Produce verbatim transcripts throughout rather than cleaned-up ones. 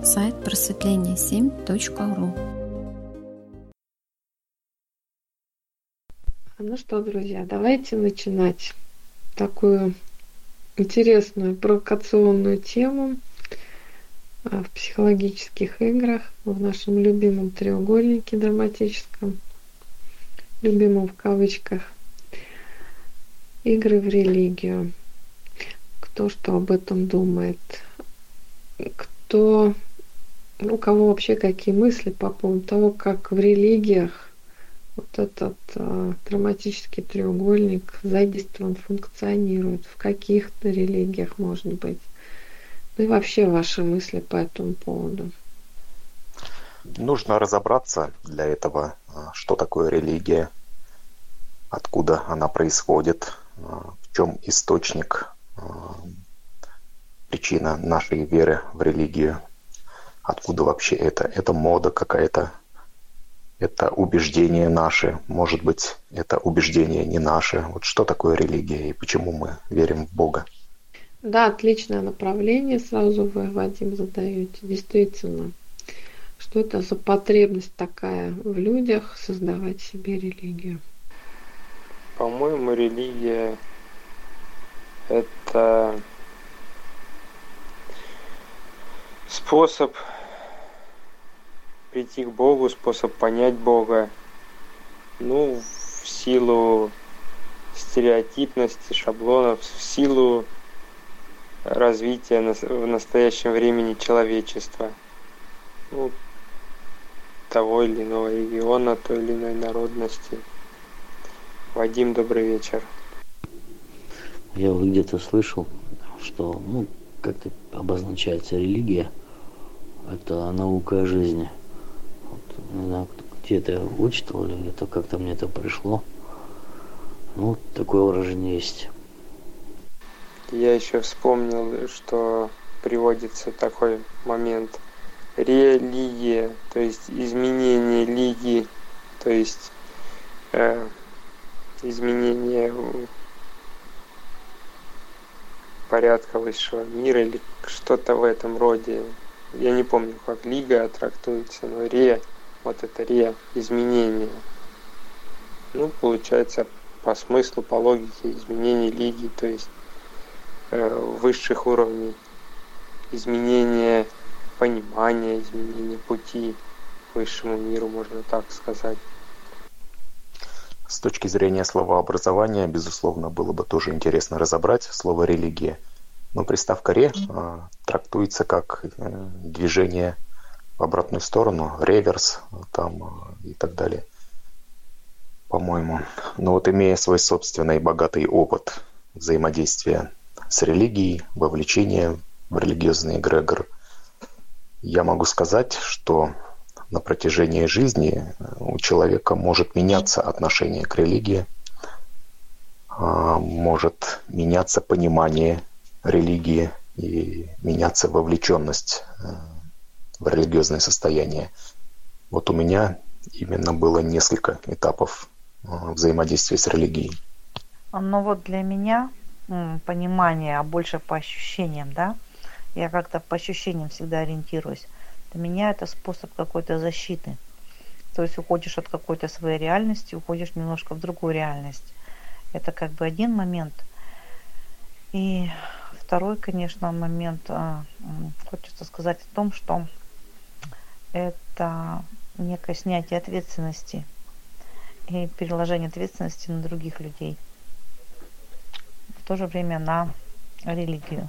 сайт просветление семь точка ру. Ну что, друзья, давайте начинать такую интересную провокационную тему в психологических играх, в нашем любимом треугольнике драматическом, любимом в кавычках, игры в религию. Кто что об этом думает, кто, у кого вообще какие мысли по поводу того, как в религиях вот этот э, драматический треугольник задействован, функционирует, в каких-то религиях, может быть. Ну и вообще ваши мысли по этому поводу. Нужно разобраться для этого, что такое религия, откуда она происходит, в чем источник, причина нашей веры в религию, откуда вообще это. Это мода какая-то, это убеждение наше, может быть, это убеждение не наше. Вот что такое религия и почему мы верим в Бога? Да, отличное направление сразу вы, Вадим, задаете. Действительно, что это за потребность такая в людях создавать себе религию? По-моему, религия – это способ прийти к Богу, способ понять Бога. Ну, в силу стереотипности, шаблонов, в силу развития в настоящем времени человечества. Ну, того или иного региона, той или иной народности. Вадим, добрый вечер. Я вот где-то слышал, что, ну, как-то обозначается религия, это наука о жизни. Вот, не знаю, где-то я вычитал или где-то как-то мне это пришло. Ну, такое выражение есть. Я еще вспомнил, что приводится такой момент. Религия, то есть изменение лиги, то есть э, изменение порядка высшего мира или что-то в этом роде. Я не помню, как лига трактуется, но ре, вот это ре, изменение. Ну, получается, по смыслу, по логике, изменение лиги, то есть э, высших уровней, изменение понимания, изменение пути к высшему миру, можно так сказать. С точки зрения словообразования, безусловно, было бы тоже интересно разобрать слово «религия». Но приставка «ре» э, трактуется как э, движение в обратную сторону, реверс там, э, и так далее, по-моему. Но вот имея свой собственный богатый опыт взаимодействия с религией, вовлечения в религиозный эгрегор, я могу сказать, что на протяжении жизни у человека может меняться отношение к религии, может меняться понимание религии и меняться вовлеченность в религиозное состояние. Вот у меня именно было несколько этапов взаимодействия с религией. Ну вот для меня понимание, а больше по ощущениям, да, я как-то по ощущениям всегда ориентируюсь. Для меня это способ какой-то защиты. То есть уходишь от какой-то своей реальности, уходишь немножко в другую реальность. Это как бы один момент. И второй, конечно, момент, хочется сказать о том, что это некое снятие ответственности и переложение ответственности на других людей. В то же время на религию.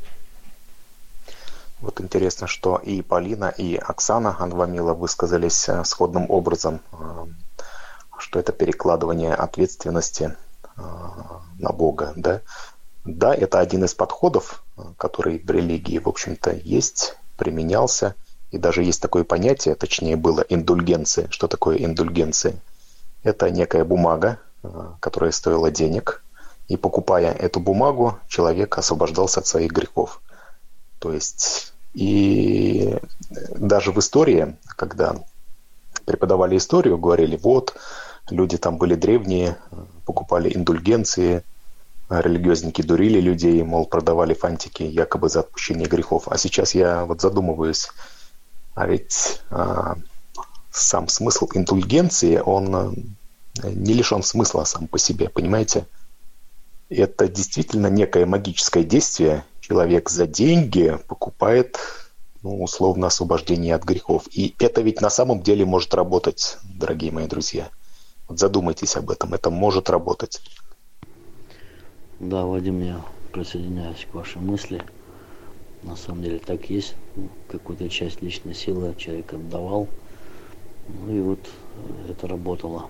Вот интересно, что и Полина, и Оксана Анвамила высказались сходным образом, что это перекладывание ответственности на Бога. Да? Да, это один из подходов, который в религии, в общем-то, есть, применялся. И даже есть такое понятие, точнее было индульгенция. Что такое индульгенция? Это некая бумага, которая стоила денег. И покупая эту бумагу, человек освобождался от своих грехов. То есть и даже в истории, когда преподавали историю, говорили, вот, люди там были древние, покупали индульгенции, религиозники дурили людей, мол, продавали фантики якобы за отпущение грехов. А сейчас я вот задумываюсь, А ведь а, сам смысл индульгенции, он а, не лишен смысла сам по себе, понимаете? Это действительно некое магическое действие. Человек за деньги покупает, ну, условно, освобождение от грехов. И это ведь на самом деле может работать, дорогие мои друзья. Вот задумайтесь об этом, это может работать. Да, Вадим, я присоединяюсь к вашей мысли. На самом деле так есть. Ну, какую-то часть личной силы человек отдавал. Ну и вот это работало.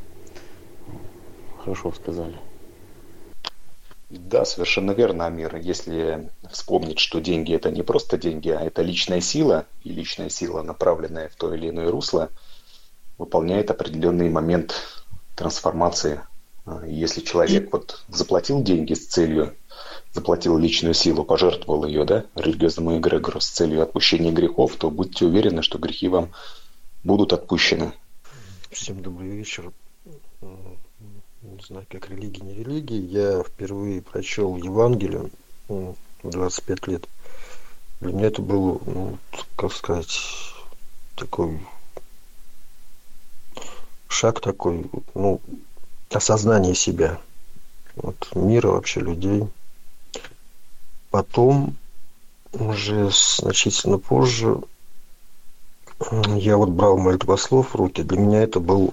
Хорошо сказали. Да, совершенно верно, Амир. Если вспомнить, что деньги это не просто деньги, а это личная сила, и личная сила, направленная в то или иное русло, выполняет определенный момент трансформации. Если человек вот заплатил деньги с целью, заплатил личную силу, пожертвовал ее, да, религиозному эгрегору с целью отпущения грехов, то будьте уверены, что грехи вам будут отпущены. Всем добрый вечер. Не знаю, как религия, не религия. Я впервые прочел Евангелие в двадцать пять лет. Для меня это был, ну, как сказать, такой шаг такой, ну, осознание себя, вот, мира вообще, людей. Потом, уже значительно позже, я вот брал молитвослов в руки. Для меня это был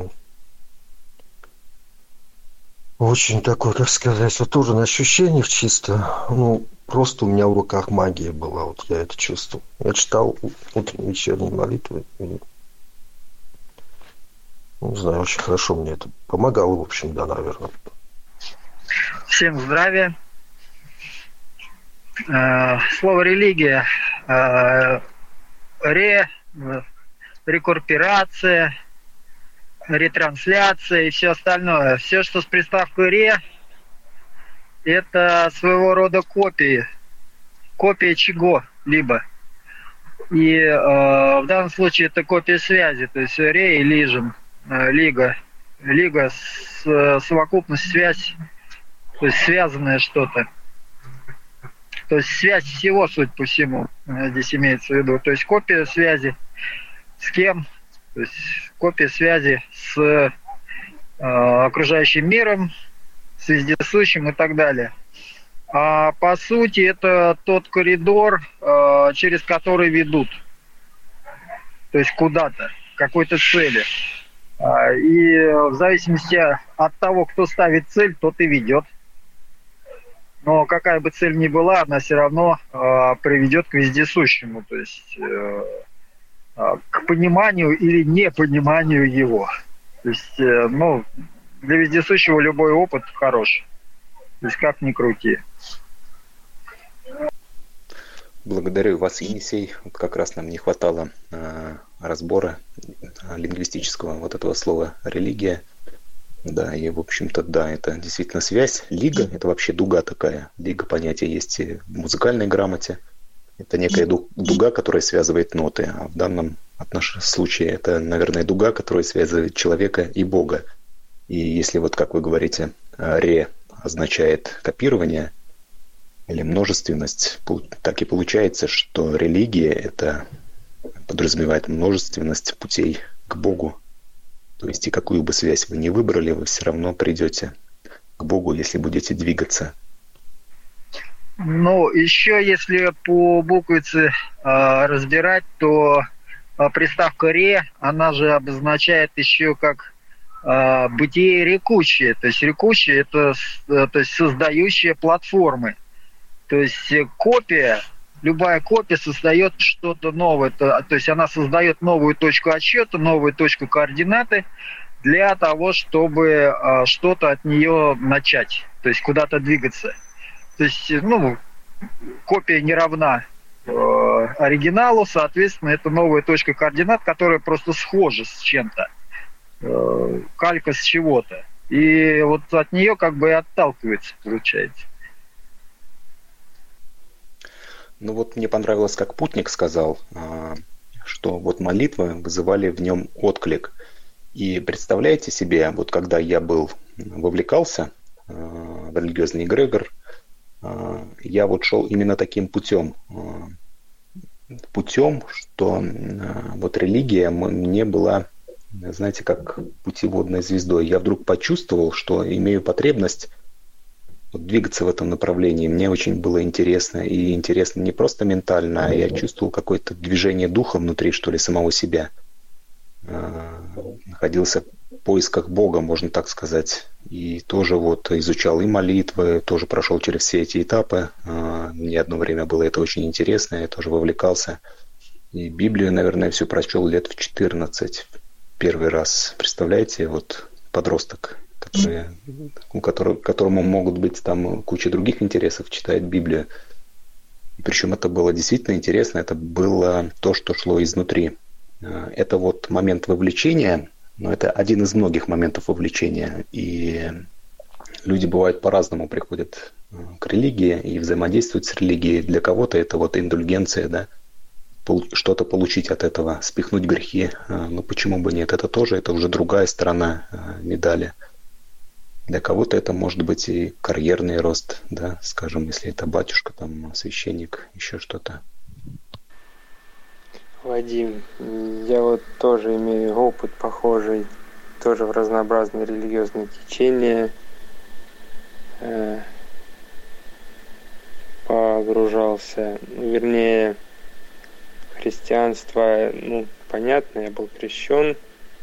очень такой, как сказать, вот тоже на ощущениях чисто, ну, просто у меня в руках магия была, вот я это чувствовал. Я читал утренние вечерние молитвы, и, не знаю, очень хорошо мне это помогало, в общем, да, наверное. Всем здравия. Слово религия, ре, рекорпорация, ретрансляция и все остальное. Все, что с приставкой ре, это своего рода копии. Копия чего-либо. И э, в данном случае это копия связи. То есть ре и лижем. Э, лига. Лига, с, совокупность, связь. То есть связанное что-то. То есть связь всего, суть по всему, здесь имеется в виду. То есть копия связи с кем? То есть копия связи с э, окружающим миром, с вездесущим и так далее. А по сути это тот коридор, э, через который ведут. То есть куда-то, к какой-то цели. А, и в зависимости от того, кто ставит цель, тот и ведет. Но какая бы цель ни была, она все равно э, приведет к вездесущему. То есть... Э, к пониманию или непониманию его. То есть, ну, для вездесущего любой опыт хорош. То есть, как ни крути. Благодарю вас, Енисей. Вот как раз нам не хватало а, разбора а, лингвистического вот этого слова «религия». Да, и, в общем-то, да, это действительно связь. Лига – это вообще дуга такая. Лига понятие есть и в музыкальной грамоте. Это некая дуга, которая связывает ноты, а в данном случае это, наверное, дуга, которая связывает человека и Бога. И если вот, как вы говорите, ре означает копирование или множественность, так и получается, что религия это подразумевает множественность путей к Богу. То есть и какую бы связь вы ни выбрали, вы все равно придете к Богу, если будете двигаться. Ну, еще если по буквице э, разбирать, то э, приставка «ре», она же обозначает еще как э, бытие рекущее. То есть рекущее – это э, то есть создающее платформы. То есть копия, любая копия создает что-то новое. То, то есть она создает новую точку отсчета, новую точку координаты для того, чтобы э, что-то от нее начать, то есть куда-то двигаться. То есть, ну, копия не равна э, оригиналу, соответственно, это новая точка координат, которая просто схожа с чем-то, э, калька с чего-то. И вот от нее как бы и отталкивается, получается. Ну вот мне понравилось, как Путник сказал, э, что вот молитвы вызывали в нем отклик. И представляете себе, вот когда я был, вовлекался э, в религиозный эгрегор, я вот шел именно таким путем. путем, что вот религия мне была, знаете, как путеводной звездой. Я вдруг почувствовал, что имею потребность вот двигаться в этом направлении. Мне очень было интересно. И интересно не просто ментально, а я чувствовал какое-то движение духа внутри, что ли, самого себя. Находился в поисках Бога, можно так сказать. И тоже вот изучал и молитвы, тоже прошел через все эти этапы. Мне одно время было это очень интересно, я тоже вовлекался. И Библию, наверное, всю прочел лет в четырнадцать. Первый раз. Представляете, вот подросток, который, у которого, которому могут быть там куча других интересов, читает Библию. И причем это было действительно интересно, это было то, что шло изнутри. Это вот момент вовлечения, но это один из многих моментов вовлечения. И люди бывают по-разному приходят к религии и взаимодействуют с религией. Для кого-то это вот индульгенция, да, что-то получить от этого, спихнуть грехи. Ну почему бы нет? Это тоже, это уже другая сторона медали. Для кого-то это может быть и карьерный рост, да, скажем, если это батюшка, там, священник, еще что-то. Вадим, я вот тоже имею опыт похожий, тоже в разнообразные религиозные течения э, погружался, вернее, христианство, ну, понятно, я был крещен,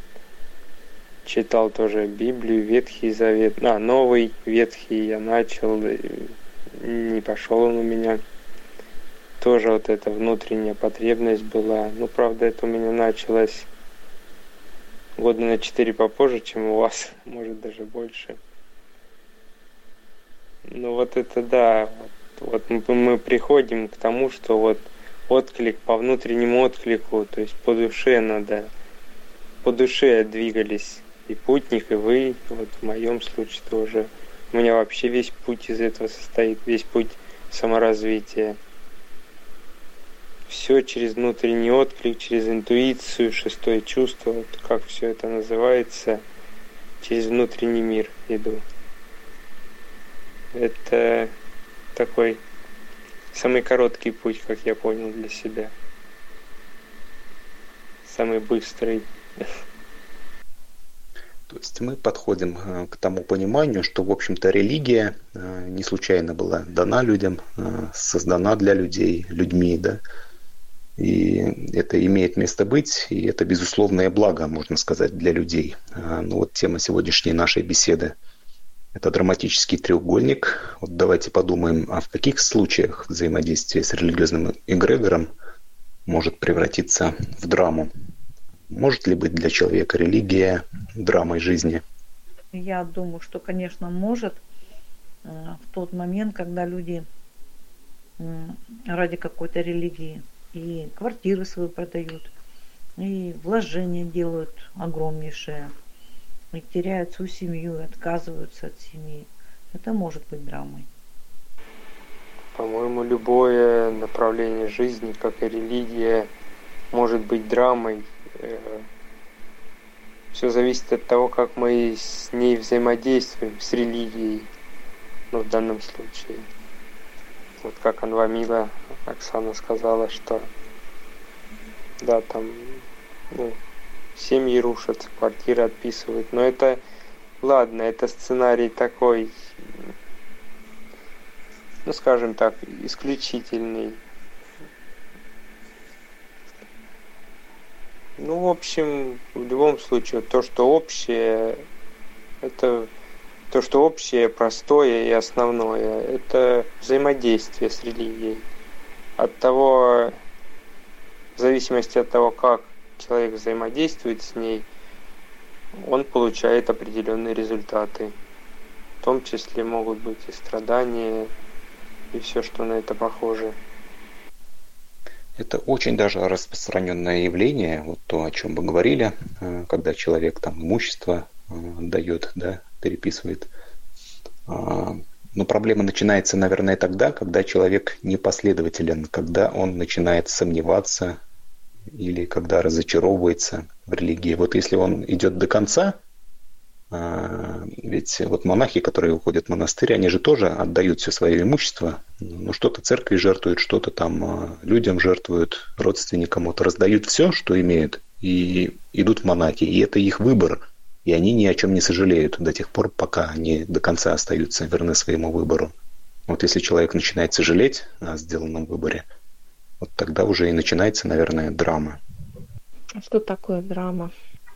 читал тоже Библию, Ветхий Завет, а, Новый, Ветхий я начал, не пошел он у меня. Тоже вот эта внутренняя потребность была. Ну, правда, это у меня началось года на четыре попозже, чем у вас, может, даже больше. Ну, вот это да. Вот, вот мы, мы приходим к тому, что вот отклик по внутреннему отклику, то есть по душе надо, по душе двигались и путник, и вы. Вот в моем случае тоже. У меня вообще весь путь из этого состоит, весь путь саморазвития. Все через внутренний отклик, через интуицию, шестое чувство, вот как все это называется, через внутренний мир иду. Это такой самый короткий путь, как я понял для себя. Самый быстрый. То есть мы подходим к тому пониманию, что, в общем-то, религия не случайно была дана людям, создана для людей, людьми, да. И это имеет место быть, и это безусловное благо, можно сказать, для людей. Ну вот тема сегодняшней нашей беседы – это драматический треугольник. Вот давайте подумаем, а в каких случаях взаимодействие с религиозным эгрегором может превратиться в драму? Может ли быть для человека религия драмой жизни? Я думаю, что, конечно, может. В тот момент, когда люди ради какой-то религии и квартиры свои продают, и вложения делают огромнейшие, и теряют свою семью, и отказываются от семьи. Это может быть драмой. По-моему, любое направление жизни, как и религия, может быть драмой. Все зависит от того, как мы с ней взаимодействуем, с религией, ну, в данном случае. Вот как Анвамила Оксана сказала, что да, там, ну, семьи рушатся, квартиры отписывают. Но это, ладно, это сценарий такой, ну, скажем так, исключительный. Ну, в общем, в любом случае, то, что общее, это то, что общее, простое и основное, это взаимодействие с религией. От того, в зависимости от того, как человек взаимодействует с ней, он получает определенные результаты. В том числе могут быть и страдания, и все, что на это похоже. Это очень даже распространенное явление, вот то, о чем вы говорили, когда человек там имущество отдает, да, переписывает. Но проблема начинается, наверное, тогда, когда человек непоследователен, когда он начинает сомневаться или когда разочаровывается в религии. Вот если он идет до конца, Ведь вот монахи, которые уходят в монастырь, они же тоже отдают все свое имущество. Ну, что-то церкви жертвуют, что-то там людям жертвуют, родственникам. Вот раздают все, что имеют, и идут в монахи. И это их выбор. И они ни о чем не сожалеют до тех пор, пока они до конца остаются верны своему выбору. Вот если человек начинает сожалеть о сделанном выборе, вот тогда уже и начинается, наверное, драма. А что такое драма?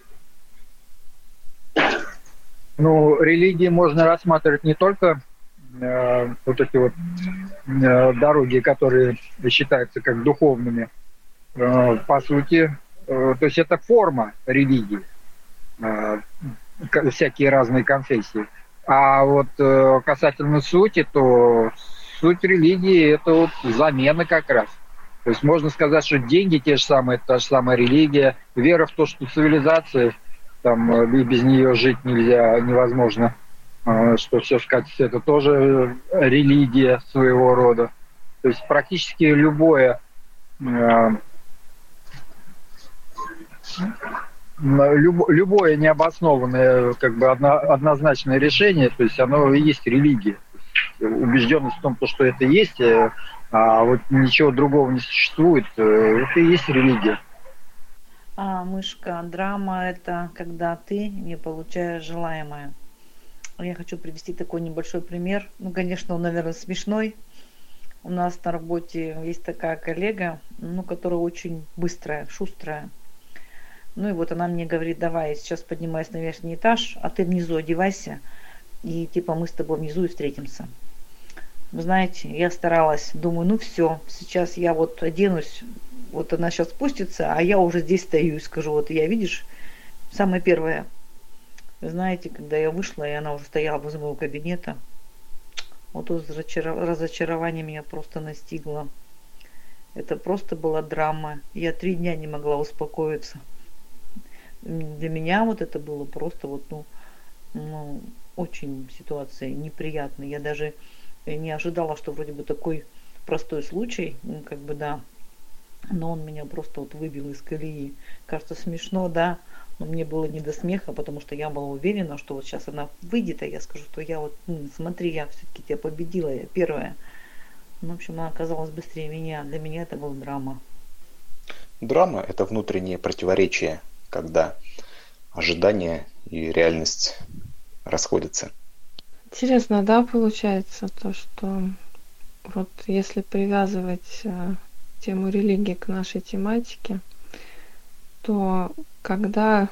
Ну, религии можно рассматривать не только э, вот эти вот э, дороги, которые считаются как духовными. Э, по сути, э, то есть это форма религии, э, всякие разные конфессии. А вот э, касательно сути, то суть религии – это вот замена как раз. То есть можно сказать, что деньги те же самые, та же самая религия, вера в то, что цивилизация, там и без нее жить нельзя, невозможно, что все сказать, это тоже религия своего рода. То есть практически любое любое необоснованное, как бы однозначное решение, то есть оно и есть религия. Убежденность в том, что это есть, а вот ничего другого не существует, это и есть религия. А, мышка, драма – это когда ты не получаешь желаемое. Я хочу привести такой небольшой пример. Ну, конечно, он, наверное, смешной. У нас на работе есть такая коллега, ну, которая очень быстрая, шустрая. Ну, и вот она мне говорит: давай, я сейчас поднимаюсь на верхний этаж, а ты внизу одевайся, и типа мы с тобой внизу и встретимся. Вы знаете, я старалась, думаю, ну все, сейчас я вот оденусь, вот она сейчас спустится, а я уже здесь стою и скажу: вот я, видишь, самое первое. Вы знаете, когда я вышла, и она уже стояла возле моего кабинета, вот разочарование меня просто настигло. Это просто была драма. Я три дня не могла успокоиться. Для меня вот это было просто вот, ну, ну очень ситуация неприятная. Я даже не ожидала, что вроде бы такой простой случай, ну, как бы, да, но он меня просто вот выбил из колеи. Кажется, смешно, да, но мне было не до смеха, потому что я была уверена, что вот сейчас она выйдет, а я скажу, что я вот, ну, смотри, я все-таки тебя победила, я первая. Ну, в общем, она оказалась быстрее меня. Для меня это была драма. Драма – это внутреннее противоречие, когда ожидание и реальность расходятся. Интересно, да, получается то, что вот если привязывать э, тему религии к нашей тематике, то когда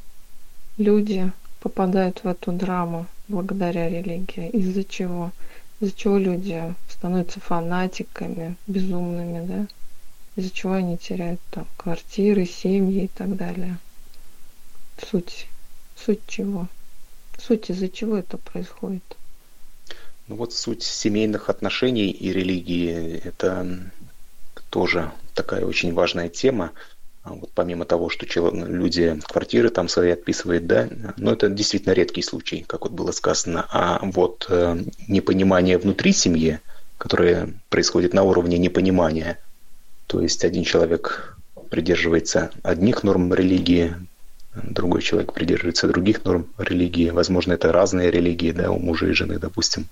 люди попадают в эту драму благодаря религии, из-за чего? Из-за чего люди становятся фанатиками, безумными, да? Из-за чего они теряют там квартиры, семьи и так далее. Суть. Суть чего? Суть, из-за чего это происходит? Ну вот суть семейных отношений и религии – это тоже такая очень важная тема. Вот помимо того, что люди квартиры там свои отписывают, да, но это действительно редкий случай, как вот было сказано. А вот э, непонимание внутри семьи, которое происходит на уровне непонимания, то есть один человек придерживается одних норм религии, другой человек придерживается других норм религии. Возможно, это разные религии, да, у мужа и жены, допустим.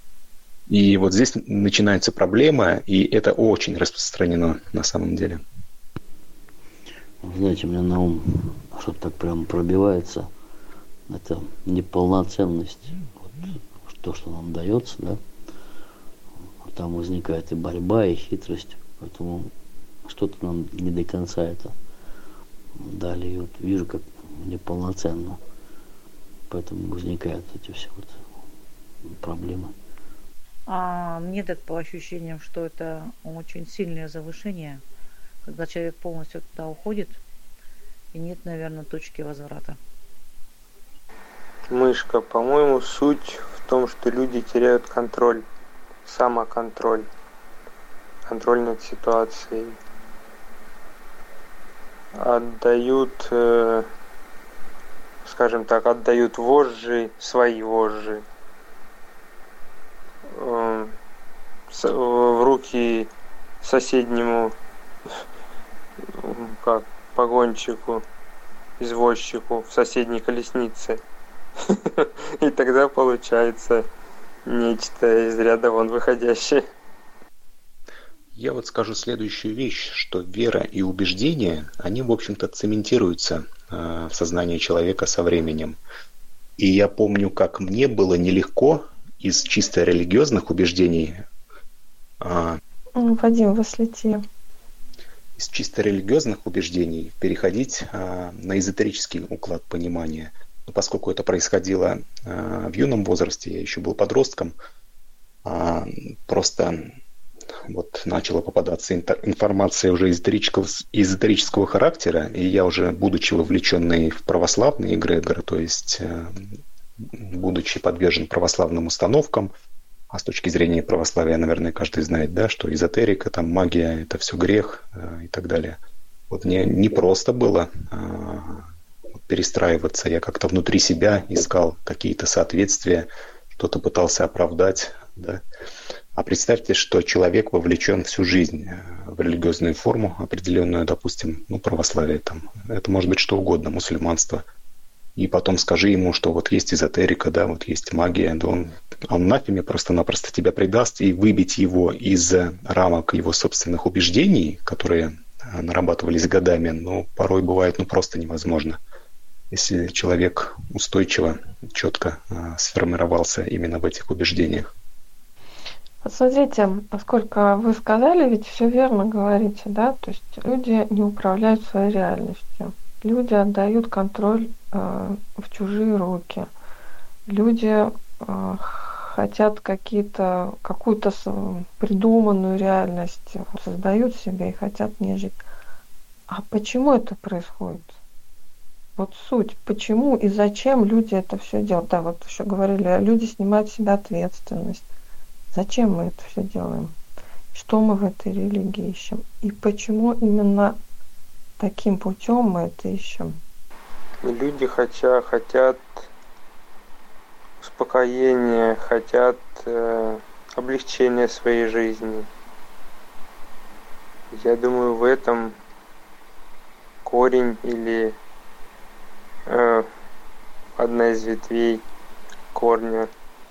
И вот здесь начинается проблема, и это очень распространено на самом деле. Знаете, у меня на ум что-то так прям пробивается. Это неполноценность. Вот, то, что нам дается, да. Там возникает и борьба, и хитрость. Поэтому что-то нам не до конца это дали. И вот вижу, как неполноценно. Поэтому возникают эти все вот проблемы. А мне так по ощущениям, что это очень сильное завышение, когда человек полностью туда уходит, и нет, наверное, точки возврата. Мышка, по-моему, суть в том, что люди теряют контроль, самоконтроль, контроль над ситуацией. Отдают, э, скажем так, отдают вожжи, свои вожжи, э, в руки соседнему, как, погонщику, извозчику в соседней колеснице. И тогда получается нечто из ряда вон выходящее. Я вот скажу следующую вещь, что вера и убеждения, они, в общем-то, цементируются э, в сознании человека со временем. И я помню, как мне было нелегко из чисто религиозных убеждений, э, Вадим, вы слетели. из чисто религиозных убеждений переходить э, на эзотерический уклад понимания. Но поскольку это происходило э, в юном возрасте, я еще был подростком, э, просто вот начала попадаться информация уже эзотерического, эзотерического характера, и я уже, будучи вовлеченный в православные эгрегоры, то есть э, будучи подвержен православным установкам, а с точки зрения православия, наверное, каждый знает, да, что эзотерика, там магия, это все грех э, и так далее. Вот мне не просто было э, перестраиваться, я как-то внутри себя искал какие-то соответствия, что-то пытался оправдать, да. А представьте, что человек вовлечен всю жизнь в религиозную форму определенную, допустим, ну, православие там, это может быть что угодно, мусульманство. И потом скажи ему, что вот есть эзотерика, да, вот есть магия, да, он, он нафиме просто-напросто тебя предаст, и выбить его из рамок его собственных убеждений, которые нарабатывались годами, ну, порой бывает, ну, просто невозможно. Если человек устойчиво, четко э, сформировался именно в этих убеждениях. Вот смотрите, поскольку вы сказали, ведь все верно говорите, да, то есть люди не управляют своей реальностью, люди отдают контроль э, в чужие руки, люди э, хотят какие-то, какую-то придуманную реальность, создают себе и хотят в ней жить. А почему это происходит? Вот суть, почему и зачем люди это все делают? Да, вот еще говорили, люди снимают с себя ответственность. Зачем мы это все делаем? Что мы в этой религии ищем? И почему именно таким путем мы это ищем? Люди хотя, хотят успокоения, хотят э, облегчения своей жизни. Я думаю, в этом корень или э, одна из ветвей корня.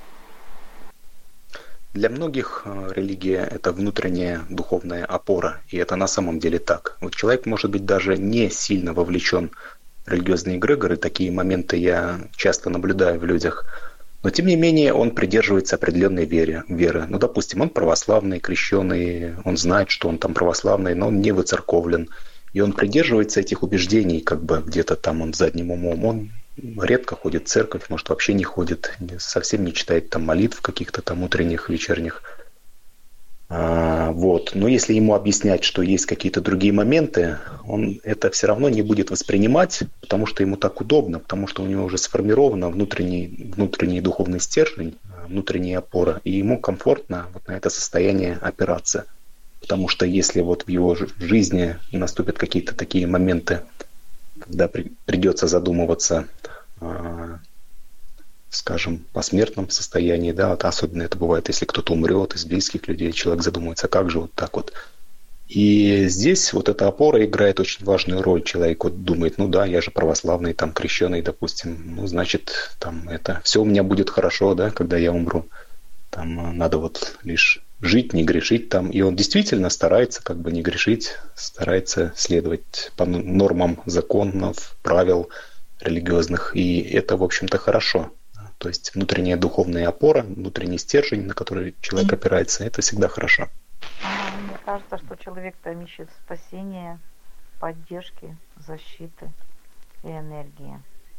Для многих религия – это внутренняя духовная опора, и это на самом деле так. Вот человек может быть даже не сильно вовлечен в религиозные эгрегоры, такие моменты я часто наблюдаю в людях, но тем не менее он придерживается определенной веры. веры. Ну, допустим, он православный, крещеный, он знает, что он там православный, но он не выцерковлен, и он придерживается этих убеждений, как бы где-то там он задним умом, он редко ходит в церковь, может вообще не ходит, совсем не читает там молитв каких-то там утренних, вечерних. А, вот. Но если ему объяснять, что есть какие-то другие моменты, он это все равно не будет воспринимать, потому что ему так удобно, потому что у него уже сформировано внутренний, внутренний духовный стержень, внутренняя опора, и ему комфортно вот на это состояние опираться. Потому что если вот в его жизни наступят какие-то такие моменты, когда при, придется задумываться, э, скажем, о смертном состоянии, да, вот особенно это бывает, если кто-то умрет из близких людей, человек задумывается, как же вот так вот. И здесь вот эта опора играет очень важную роль. Человек вот думает, ну да, я же православный, там, крещеный, допустим, ну, значит, там это, все у меня будет хорошо, да, когда я умру. Там надо вот лишь жить, не грешить там. И он действительно старается как бы не грешить, старается следовать по нормам законов, правил религиозных. И это, в общем-то, хорошо. То есть внутренняя духовная опора, внутренний стержень, на который человек опирается, это всегда хорошо. Мне кажется, что человек там ищет спасения, поддержки, защиты и энергии.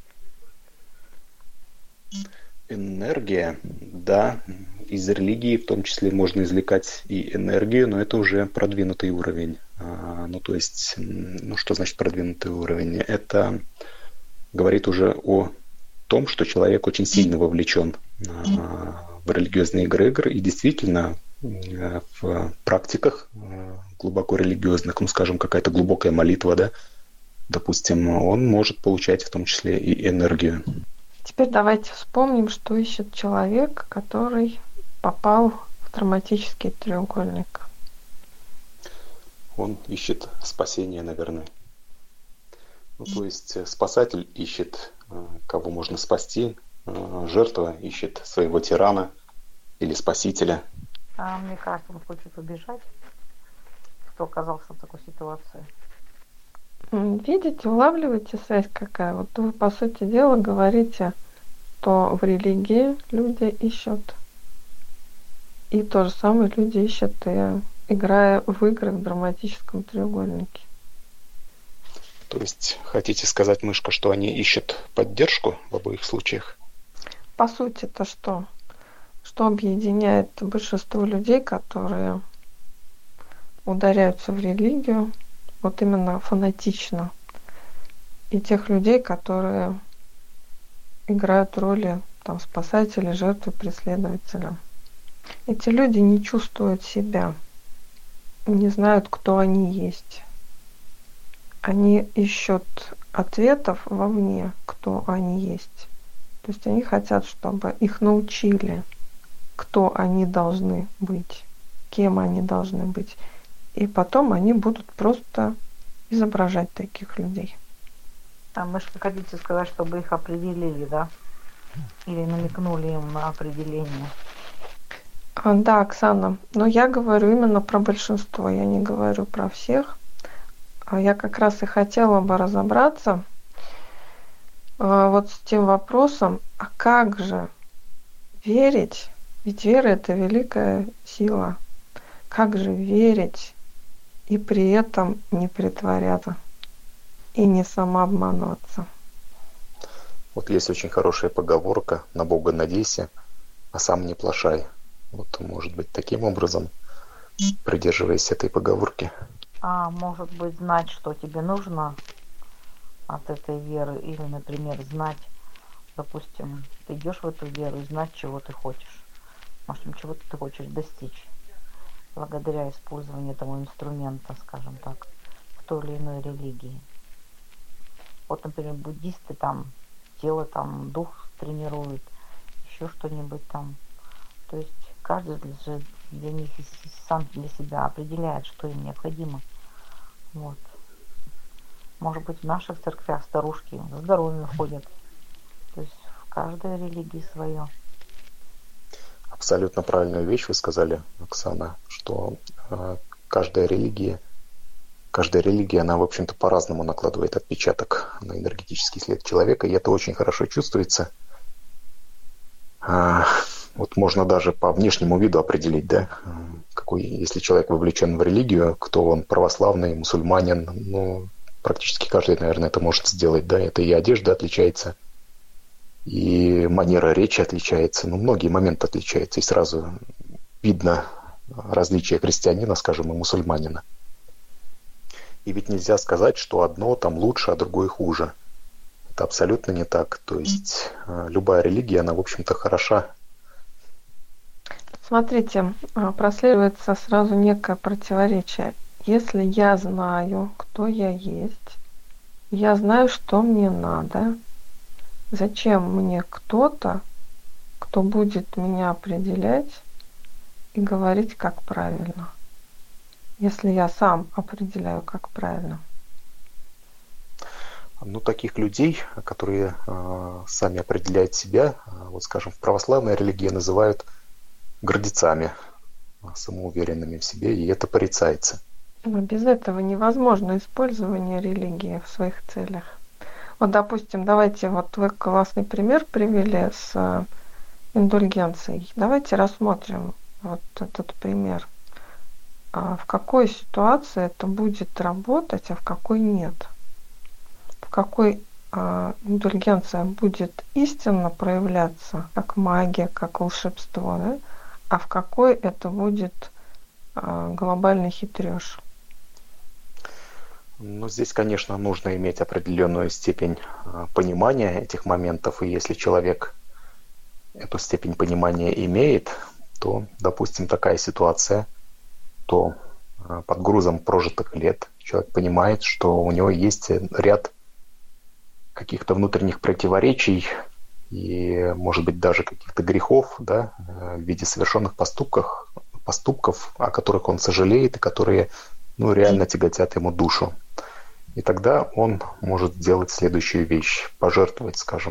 Энергия, да, из религии в том числе можно извлекать и энергию, но это уже продвинутый уровень. А, ну, то есть, ну, что значит продвинутый уровень? Это говорит уже о том, что человек очень сильно вовлечен а, в религиозные эгрегоры и действительно а, в практиках а, глубоко религиозных, ну, скажем, какая-то глубокая молитва, да, допустим, он может получать в том числе и энергию. Теперь давайте вспомним, что ищет человек, который попал в травматический треугольник. Он ищет спасения, наверное. Ну, то есть спасатель ищет, кого можно спасти, жертва ищет своего тирана или спасителя. А мне кажется, он хочет убежать, кто оказался в такой ситуации. Видите, улавливаете связь какая? Вот вы, по сути дела, говорите, что в религии люди ищут. И то же самое люди ищут, и, играя в игры в драматическом треугольнике. То есть, хотите сказать, мышка, что они ищут поддержку в обоих случаях? По сути-то что? Что объединяет большинство людей, которые ударяются в религию, вот именно фанатично, и тех людей, которые играют роли там, спасателя, жертвы, преследователя. Эти люди не чувствуют себя, не знают, кто они есть. Они ищут ответов вовне, кто они есть. То есть они хотят, чтобы их научили, кто они должны быть, кем они должны быть. И потом они будут просто изображать таких людей. А мы же хотите сказать, чтобы их определили, да? Или намекнули им на определение? А, да, Оксана, но я говорю именно про большинство, я не говорю про всех. А я как раз и хотела бы разобраться а, вот с тем вопросом, а как же верить, ведь вера — это великая сила, как же верить и при этом не притворяться и не самообманываться. Вот есть очень хорошая поговорка: на Бога надейся, а сам не плашай. Вот, может быть, таким образом, придерживаясь этой поговорки. А может быть, знать, что тебе нужно от этой веры, или, например, знать, допустим, ты идешь в эту веру и знать, чего ты хочешь. Может, чего ты хочешь достичь благодаря использованию этого инструмента, скажем так, в той или иной религии. Вот, например, буддисты там тело, там дух тренируют, еще что-нибудь там. То есть каждый для, для них сам для себя определяет, что им необходимо. Вот. Может быть, в наших церквях старушки за здоровьем ходят. То есть в каждой религии свое. Абсолютно правильную вещь вы сказали, Оксана, что э, каждая религия, каждая религия, она, в общем-то, по-разному накладывает отпечаток на энергетический след человека, и это очень хорошо чувствуется. А, вот можно даже по внешнему виду определить, да, какой, если человек вовлечен в религию, кто он, православный, мусульманин, ну, практически каждый, наверное, это может сделать, да, это и одежда отличается, и манера речи отличается, ну, многие моменты отличаются, и сразу видно различие христианина, скажем, и мусульманина. И ведь нельзя сказать, что одно там лучше, а другое хуже. Это абсолютно не так. То есть любая религия, она, в общем-то, хороша. Смотрите, прослеживается сразу некое противоречие. Если я знаю, кто я есть, я знаю, что мне надо, зачем мне кто-то, кто будет меня определять и говорить, как правильно, если я сам определяю, как правильно? Ну, таких людей, которые э, сами определяют себя, э, вот, скажем, в православной религии называют гордецами, самоуверенными в себе, и это порицается. Но без этого невозможно использование религии в своих целях. Вот, допустим, давайте, вот вы классный пример привели с индульгенцией. Давайте рассмотрим вот этот пример. В какой ситуации это будет работать, а в какой нет? В какой индульгенция будет истинно проявляться, как магия, как волшебство, да? А в какой это будет глобальный хитрёж? Ну, здесь, конечно, нужно иметь определенную степень понимания этих моментов, и если человек эту степень понимания имеет, то, допустим, такая ситуация, то под грузом прожитых лет человек понимает, что у него есть ряд каких-то внутренних противоречий и, может быть, даже каких-то грехов, да, в виде совершенных поступков, поступков, о которых он сожалеет и которые, ну, реально тяготят ему душу. И тогда он может сделать следующую вещь: пожертвовать, скажем,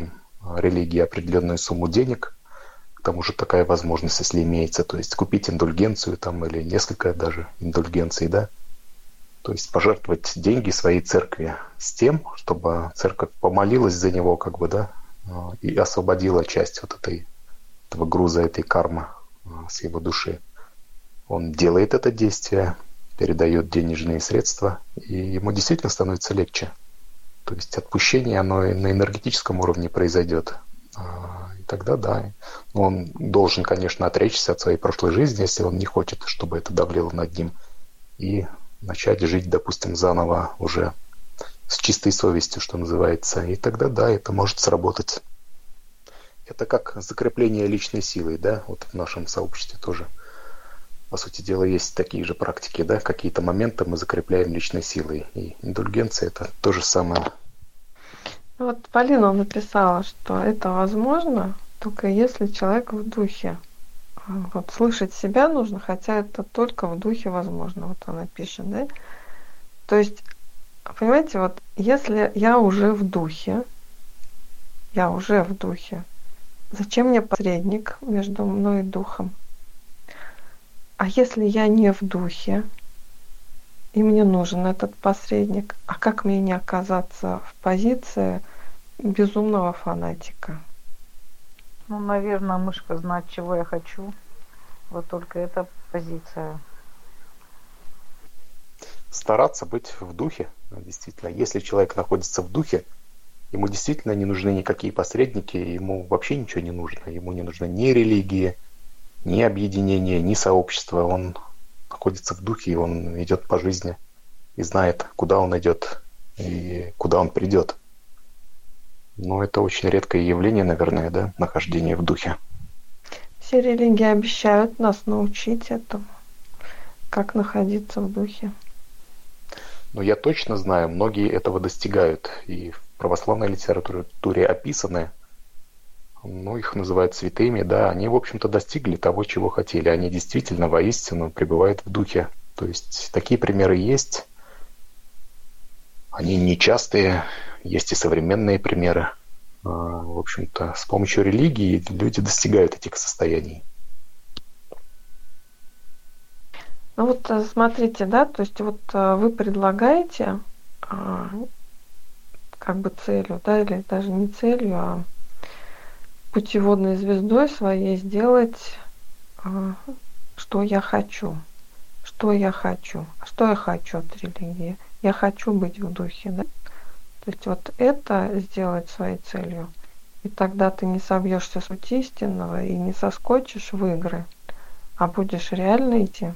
религии определенную сумму денег. К тому же такая возможность, если имеется, то есть купить индульгенцию там или несколько даже индульгенций, да. То есть пожертвовать деньги своей церкви с тем, чтобы церковь помолилась за него, как бы, да, и освободила часть вот этой, этого груза, этой кармы с его души. Он делает это действие, передает денежные средства, и ему действительно становится легче. То есть отпущение, оно и на энергетическом уровне произойдет. И тогда, да, он должен, конечно, отречься от своей прошлой жизни, если он не хочет, чтобы это давлело над ним, и начать жить, допустим, заново уже с чистой совестью, что называется. И тогда, да, это может сработать. Это как закрепление личной силы, да, вот в нашем сообществе тоже. По сути дела, есть такие же практики, да, какие-то моменты мы закрепляем личной силой. И индульгенция — это то же самое. Вот Полина написала, что это возможно, только если человек в духе. Вот слышать себя нужно, хотя это только в духе возможно. Вот она пишет, да? То есть, понимаете, вот если я уже в духе, я уже в духе, зачем мне посредник между мной и духом? А если я не в духе, и мне нужен этот посредник, а как мне не оказаться в позиции безумного фанатика? Ну, наверное, мышка знает, чего я хочу. Вот только эта позиция. Стараться быть в духе. Действительно, если человек находится в духе, ему действительно не нужны никакие посредники, ему вообще ничего не нужно. Ему не нужны ни религии, ни объединения, ни сообщества. Он находится в духе, и он идет по жизни и знает, куда он идет и куда он придет. Но это очень редкое явление, наверное, да, нахождение в духе. Все религии обещают нас научить этому, как находиться в духе. Но я точно знаю, многие этого достигают. И в православной литературе описаны, ну, их называют святыми, да, они, в общем-то, достигли того, чего хотели. Они действительно воистину пребывают в духе. То есть такие примеры есть. Они нечастые, есть и современные примеры. В общем-то, с помощью религии люди достигают этих состояний. Ну вот смотрите, да, то есть вот вы предлагаете как бы целью, да, или даже не целью, а путеводной звездой своей сделать, что я хочу. Что я хочу? А что я хочу от религии? Я хочу быть в духе, да? То есть вот это сделать своей целью, и тогда ты не собьешься с пути истинного и не соскочишь в игры, а будешь реально идти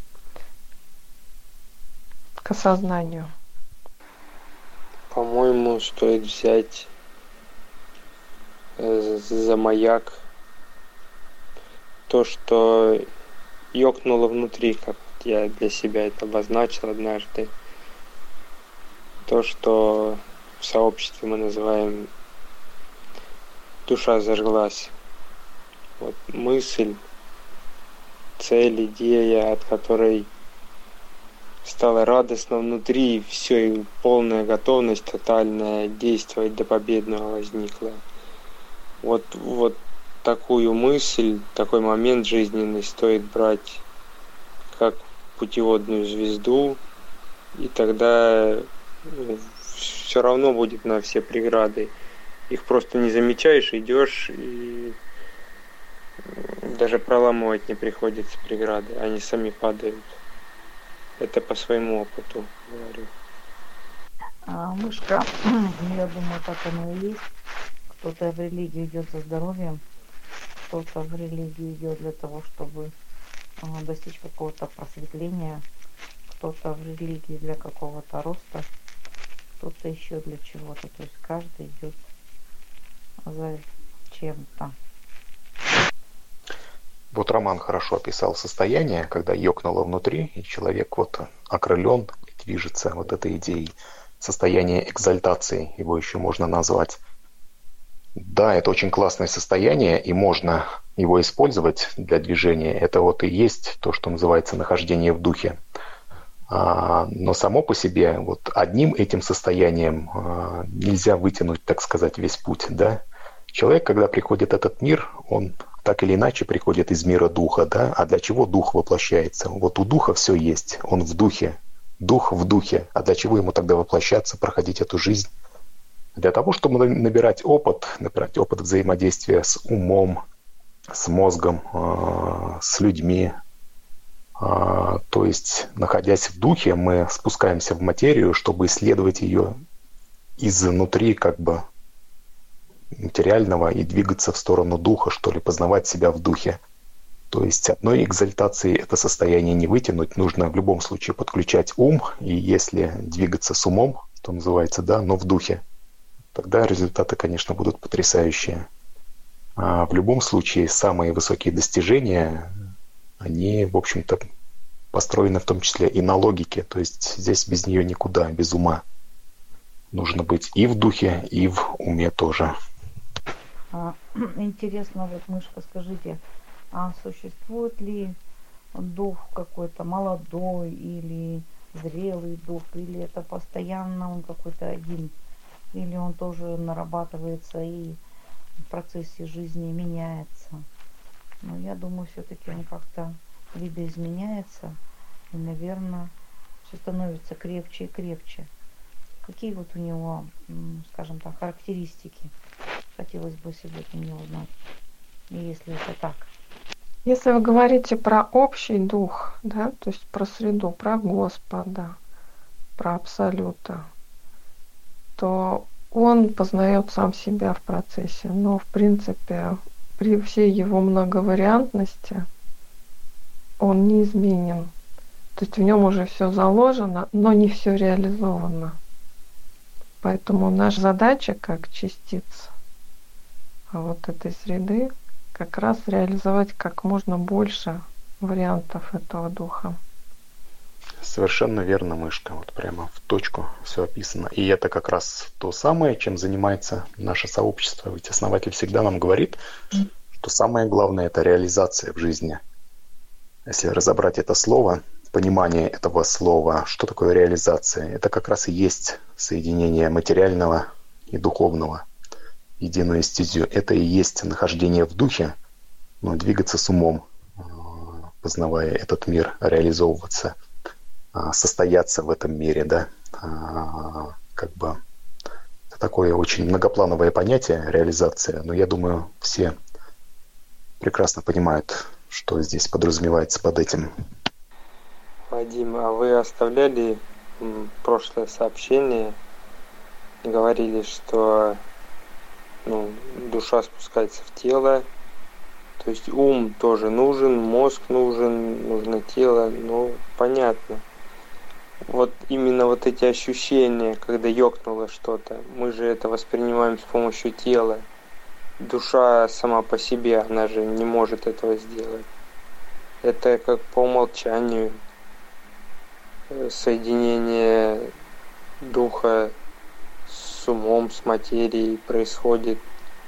к осознанию. По-моему, стоит взять за маяк то, что ёкнуло внутри, как я для себя это обозначил однажды. То, что в сообществе мы называем душа зажглась. Вот мысль, цель, идея, от которой стало радостно внутри, и все, и полная готовность тотальная действовать до победного возникла. Вот, вот такую мысль, такой момент жизненный стоит брать как путеводную звезду, и тогда все равно будет на все преграды. Их просто не замечаешь, идешь, и даже проламывать не приходится преграды, они сами падают. Это по своему опыту говорю. А, мышка, я думаю, так оно и есть. Кто-то в религию идет за здоровьем, кто-то в религию идет для того, чтобы а, достичь какого-то просветления, кто-то в религии для какого-то роста, кто-то еще для чего-то. То есть каждый идет за чем-то. Вот Роман хорошо описал состояние, когда ёкнуло внутри, и человек вот окрылен, движется вот этой идеей. Состояние экзальтации, его еще можно назвать. Да, это очень классное состояние, и можно его использовать для движения. Это вот и есть то, что называется нахождение в духе. Но само по себе вот одним этим состоянием нельзя вытянуть, так сказать, весь путь, да? Человек, когда приходит в этот мир, он так или иначе приходит из мира духа, да? А для чего дух воплощается? Вот у духа все есть, он в духе, дух в духе. А для чего ему тогда воплощаться, проходить эту жизнь? Для того, чтобы набирать опыт, набирать опыт взаимодействия с умом, с мозгом, с людьми. То есть, находясь в духе, мы спускаемся в материю, чтобы исследовать ее изнутри, как бы, материального и двигаться в сторону духа, что ли, познавать себя в духе. То есть одной экзальтации это состояние не вытянуть, нужно в любом случае подключать ум, и если двигаться с умом, то называется, да, но в духе, тогда результаты, конечно, будут потрясающие. А в любом случае самые высокие достижения, они, в общем-то, построены в том числе и на логике, то есть здесь без нее никуда, без ума. Нужно быть и в духе, и в уме тоже. А, интересно, вот, Мышка, скажите, а существует ли дух какой-то молодой или зрелый дух, или это постоянно он какой-то один, или он тоже нарабатывается и в процессе жизни меняется? Но я думаю, все-таки он как-то видоизменяется и, наверное, все становится крепче и крепче. Какие вот у него, скажем так, характеристики? Хотелось бы сегодня не узнать, если это так. Если вы говорите про общий дух, да, то есть про среду, про Господа, про Абсолюта, то он познает сам себя в процессе. Но, в принципе, при всей его многовариантности он неизменен. То есть в нем уже все заложено, но не все реализовано. Поэтому наша задача как частиц вот этой среды как раз реализовать как можно больше вариантов этого духа. Совершенно верно, Мышка. Вот прямо в точку все описано. И это как раз то самое, чем занимается наше сообщество. Ведь основатель всегда нам говорит, что самое главное – это реализация в жизни. Если разобрать это слово, понимание этого слова, что такое реализация, это как раз и есть соединение материального и духовного в единую эстезию. Это и есть нахождение в духе, но двигаться с умом, познавая этот мир, реализовываться, состояться в этом мире, да, как бы это такое очень многоплановое понятие реализация, но я думаю, все прекрасно понимают, что здесь подразумевается под этим. Вадим, а вы оставляли прошлое сообщение и говорили, что ну, душа спускается в тело, то есть ум тоже нужен, мозг нужен, нужно тело, ну понятно. Вот именно вот эти ощущения, когда ёкнуло что-то, мы же это воспринимаем с помощью тела. Душа сама по себе, она же не может этого сделать. Это как по умолчанию соединение духа с умом, с материей происходит,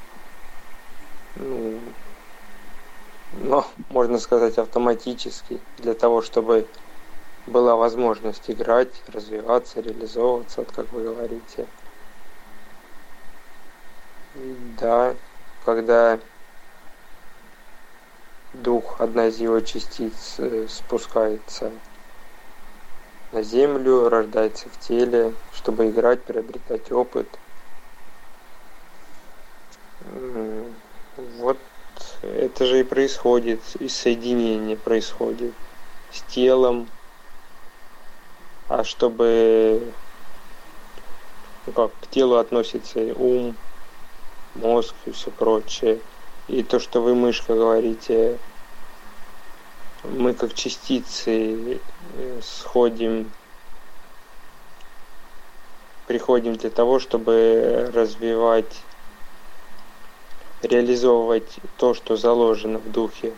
ну, но, можно сказать, автоматически, для того, чтобы была возможность играть, развиваться, реализовываться, вот как вы говорите. Да, когда дух, одна из его частиц, спускается на землю, рождается в теле, чтобы играть, приобретать опыт. Вот это же и происходит, и соединение происходит с телом. А чтобы, ну как, к телу относится и ум, мозг и все прочее. И то, что вы, Мышка, говорите, мы как частицы сходим, приходим для того, чтобы развивать, реализовывать то, что заложено в духе.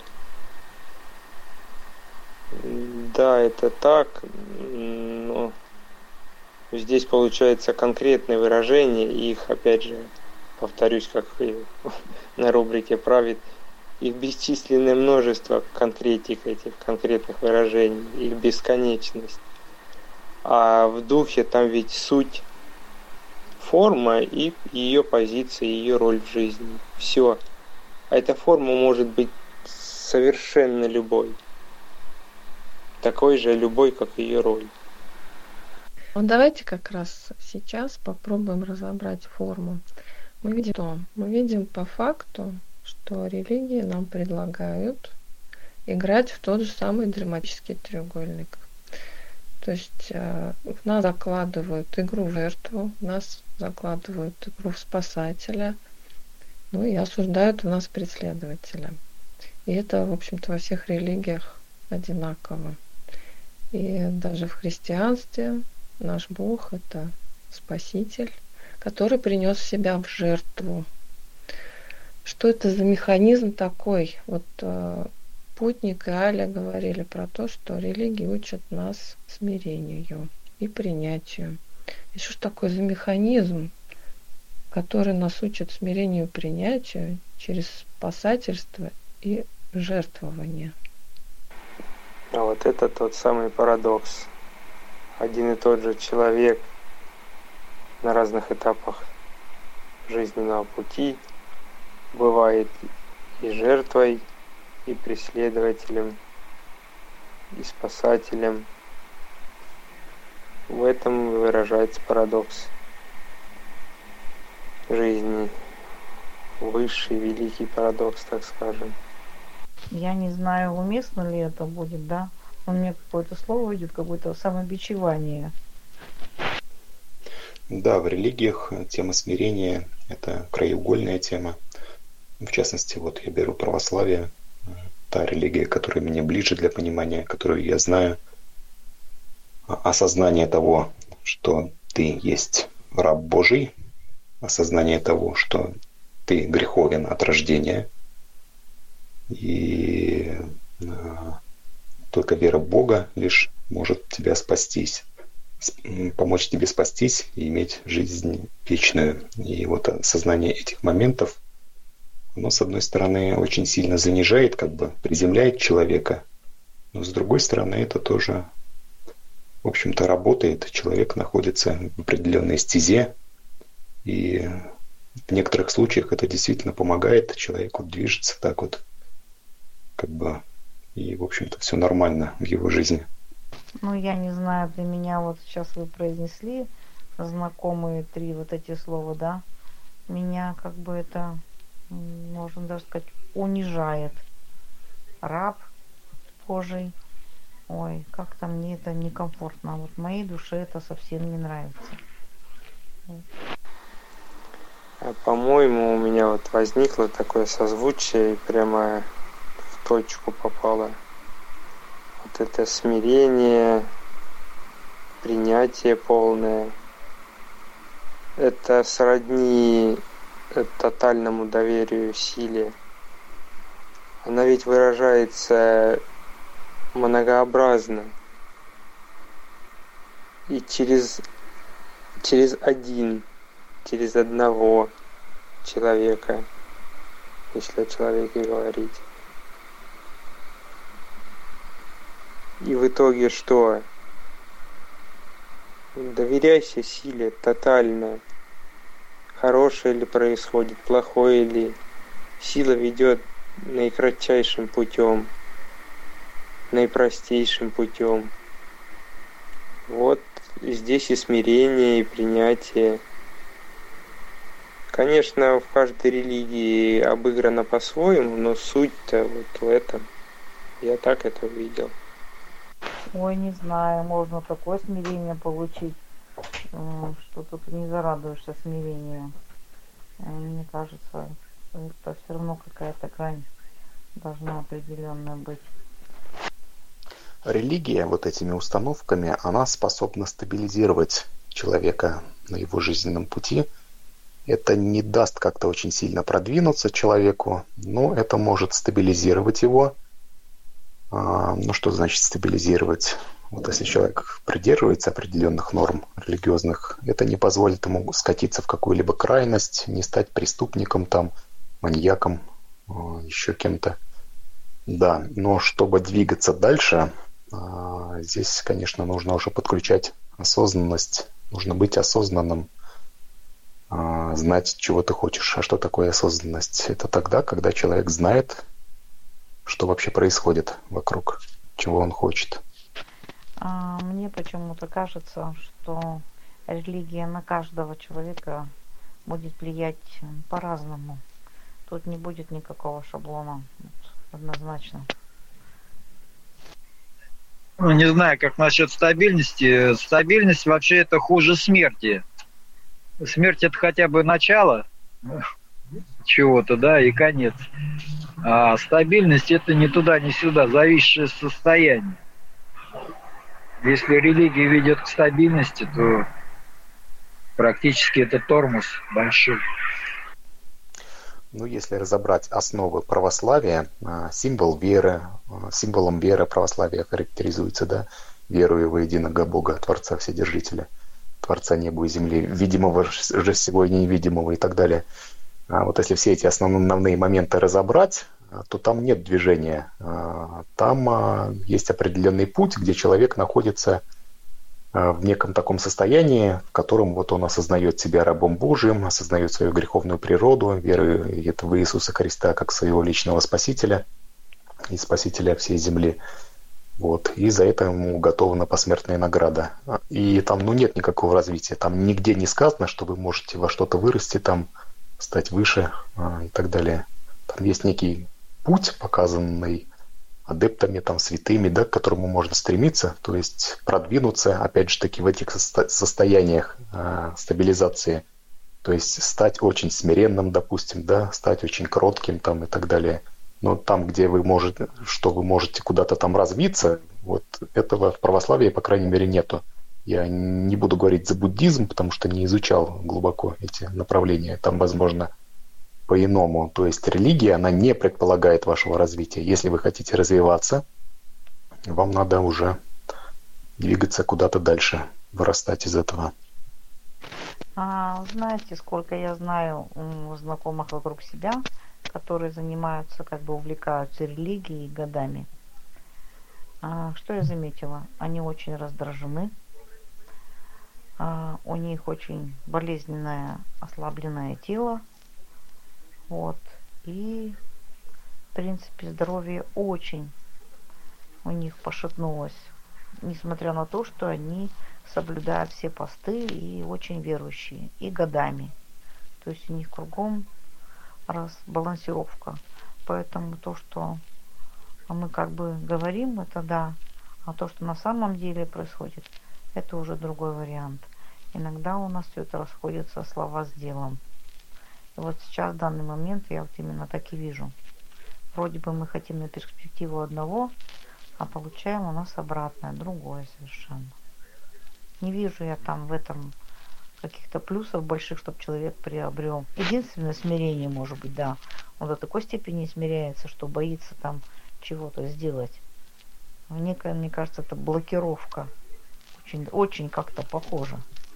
Да, это так, но здесь получается конкретные выражения, и их, опять же, повторюсь, как и на рубрике «Правит», их бесчисленное множество конкретик этих конкретных выражений, их бесконечность. А в духе там ведь суть, форма и ее позиция, ее роль в жизни. Все. А эта форма может быть совершенно любой. Такой же любой, как ее роль. Вот давайте как раз сейчас попробуем разобрать форму. Мы видим что? Мы видим по факту, что религии нам предлагают играть в тот же самый драматический треугольник. То есть э, в нас закладывают игру в жертву, в нас закладывают игру в спасателя, ну и осуждают в нас преследователя. И это, в общем-то, во всех религиях одинаково. И даже в христианстве наш Бог — это Спаситель, который принес себя в жертву. Что это за механизм такой? Вот э, Путник и Аля говорили про то, что религии учат нас смирению и принятию. И что ж такое за механизм, который нас учит смирению и принятию через спасательство и жертвование? А вот это тот самый парадокс. Один и тот же человек на разных этапах жизненного пути бывает и жертвой, и преследователем, и спасателем. В этом выражается парадокс жизни. Высший, великий парадокс, так скажем. Я не знаю, уместно ли это будет, да? Но мне какое-то слово идет, какое-то самобичевание. Да, в религиях тема смирения – это краеугольная тема. В частности, вот я беру православие, та религия, которая мне ближе для понимания, которую я знаю. Осознание того, что ты есть раб Божий, осознание того, что ты греховен от рождения, и только вера в Бога лишь может тебя спастись, помочь тебе спастись и иметь жизнь вечную. И вот осознание этих моментов, оно, с одной стороны, очень сильно занижает, как бы приземляет человека, но с другой стороны, это тоже, в общем-то, работает. Человек находится в определенной стезе, и в некоторых случаях это действительно помогает человеку движется так вот, как бы, и, в общем-то, все нормально в его жизни. Ну, я не знаю, для меня вот сейчас вы произнесли знакомые три вот эти слова, да, меня как бы это, можно даже сказать, унижает. Раб Божий. Ой, как-то мне это некомфортно. Вот моей душе это совсем не нравится. А по-моему, у меня вот возникло такое созвучие и прямо в точку попало. Вот это смирение, принятие полное. Это сродни тотальному доверию силе. Она ведь выражается многообразно. И через, через один, через одного человека, если о человеке говорить. И в итоге что? Доверяйся силе тотально. Хорошее ли происходит, плохое ли. Сила ведет наикратчайшим путем, наипростейшим путем. Вот здесь и смирение, и принятие. Конечно, в каждой религии обыграно по-своему, но суть-то вот в этом. Я так это увидел. Ой, не знаю, можно такое смирение получить, что тут не зарадуешься смирению. Мне кажется, это все равно какая-то грань должна определенная быть. Религия вот этими установками, она способна стабилизировать человека на его жизненном пути. Это не даст как-то очень сильно продвинуться человеку, но это может стабилизировать его. Ну, что значит стабилизировать? Вот если человек придерживается определенных норм религиозных, это не позволит ему скатиться в какую-либо крайность, не стать преступником, там, маньяком, еще кем-то. Да, но чтобы двигаться дальше, здесь, конечно, нужно уже подключать осознанность, нужно быть осознанным. а, знать, чего ты хочешь. А что такое осознанность? Это тогда, когда человек знает, что вообще происходит вокруг, чего он хочет. А, мне почему-то кажется, что религия на каждого человека будет влиять по-разному. Тут не будет никакого шаблона, однозначно. Ну, не знаю, как насчет стабильности. Стабильность вообще это хуже смерти. Смерть это хотя бы начало чего-то, да, и конец. А стабильность это ни туда, ни сюда, зависшее состояние. Если религия ведет к стабильности, то практически это тормоз большой. Ну, если разобрать основы православия, символ веры, символом веры православия характеризуется, да, верую во единого Бога, Творца Вседержителя, Творца неба и земли, видимого же всего и невидимого и так далее. А вот если все эти основные моменты разобрать, то там нет движения. Там есть определенный путь, где человек находится в неком таком состоянии, в котором вот он осознает себя рабом Божьим, осознает свою греховную природу, верует в Иисуса Христа как своего личного Спасителя и Спасителя всей земли. Вот. И за это ему уготована посмертная награда. И там ну, нет никакого развития. Там нигде не сказано, что вы можете во что-то вырасти, там, стать выше и так далее. Там есть некий путь, показанный адептами, там, святыми, да, к которому можно стремиться, то есть продвинуться, опять же таки, в этих состо- состояниях э, стабилизации, то есть стать очень смиренным, допустим, да, стать очень кротким там, и так далее. Но там, где вы можете, что вы можете куда-то там развиться, вот этого в православии, по крайней мере, нету. Я не буду говорить за буддизм, потому что не изучал глубоко эти направления. Там, возможно, по-иному. То есть религия, она не предполагает вашего развития. Если вы хотите развиваться, вам надо уже двигаться куда-то дальше, вырастать из этого. А, знаете, сколько я знаю м, знакомых вокруг себя, которые занимаются, как бы увлекаются религией годами. А, что я заметила? Они очень раздражены. А, у них очень болезненное, ослабленное тело. Вот. И, в принципе, здоровье очень у них пошатнулось, несмотря на то, что они соблюдают все посты и очень верующие, и годами. То есть у них кругом разбалансировка. Поэтому то, что мы как бы говорим, это да, а то, что на самом деле происходит, это уже другой вариант. Иногда у нас все это расходится слова с делом. И вот сейчас, в данный момент, я вот именно так и вижу. Вроде бы мы хотим на перспективу одного, а получаем у нас обратное, другое совершенно. Не вижу я там в этом каких-то плюсов больших, чтобы человек приобрел. Единственное смирение, может быть, да. Он до такой степени смиряется, что боится там чего-то сделать. Некая, мне кажется, это блокировка. Очень, очень как-то похоже.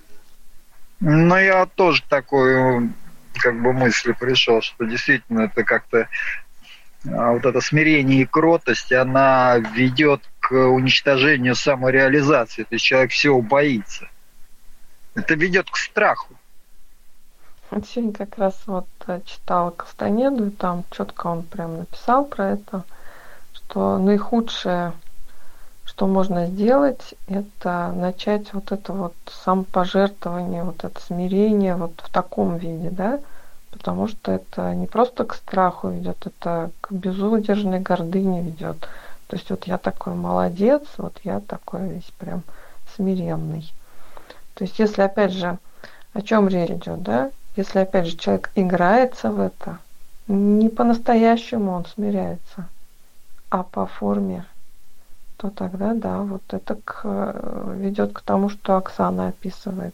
Ну, я тоже такой, как бы, мысли пришел, что действительно это как-то а, вот это смирение и кротость, она ведет к уничтожению самореализации. То есть человек всего боится. Это ведет к страху. Сегодня как раз вот читала Кастанеду, и там четко он прям написал про это, что наихудшее, что можно сделать, это начать вот это вот самопожертвование, вот это смирение вот в таком виде, да, потому что это не просто к страху ведет, это к безудержной гордыне ведет. То есть вот я такой молодец, вот я такой весь прям смиренный. То есть если опять же, о чем речь идет, да, если опять же человек играется в это, не по-настоящему он смиряется, а по форме, то тогда да, вот это к, ведет к тому, что Оксана описывает.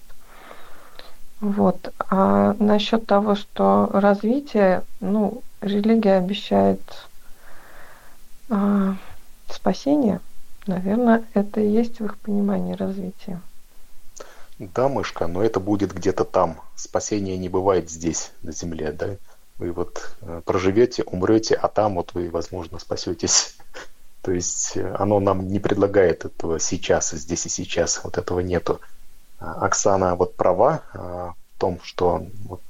Вот. А насчет того, что развитие, ну, религия обещает а, спасение, наверное, это и есть в их понимании развития. Да, мышка, но это будет где-то там. Спасения не бывает здесь, на земле, да? Вы вот проживете, умрете, а там вот вы, возможно, спасетесь. То есть оно нам не предлагает этого сейчас, здесь и сейчас. Вот этого нету. Оксана вот права в том, что вот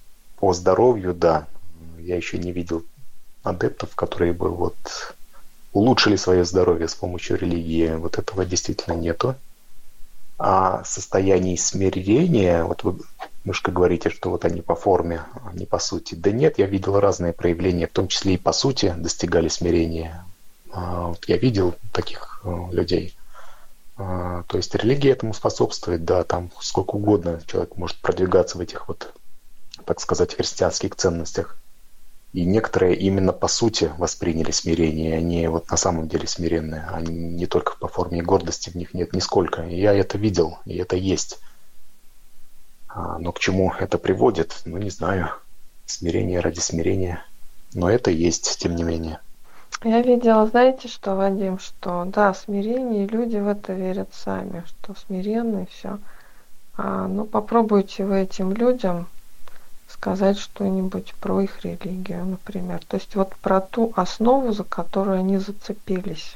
по здоровью, да. Я еще не видел адептов, которые бы вот улучшили свое здоровье с помощью религии. Вот этого действительно нету. А состояние смирения, вот вы, Мышка, говорите, что вот они по форме, а не по сути. Да нет, я видел разные проявления, в том числе и по сути достигали смирения. Вот я видел таких людей. То есть религия этому способствует, да, там сколько угодно человек может продвигаться в этих вот, так сказать, христианских ценностях. И некоторые именно по сути восприняли смирение, они вот на самом деле смиренные, они не только по форме и гордости в них нет нисколько. И я это видел, и это есть. Но к чему это приводит, ну не знаю. Смирение ради смирения. Но это есть, тем не менее. Я видела, знаете что, Вадим, что да, смирение, люди в это верят сами, что смиренные, все. А, ну попробуйте вы этим людям сказать что-нибудь про их религию, например. То есть вот про ту основу, за которую они зацепились.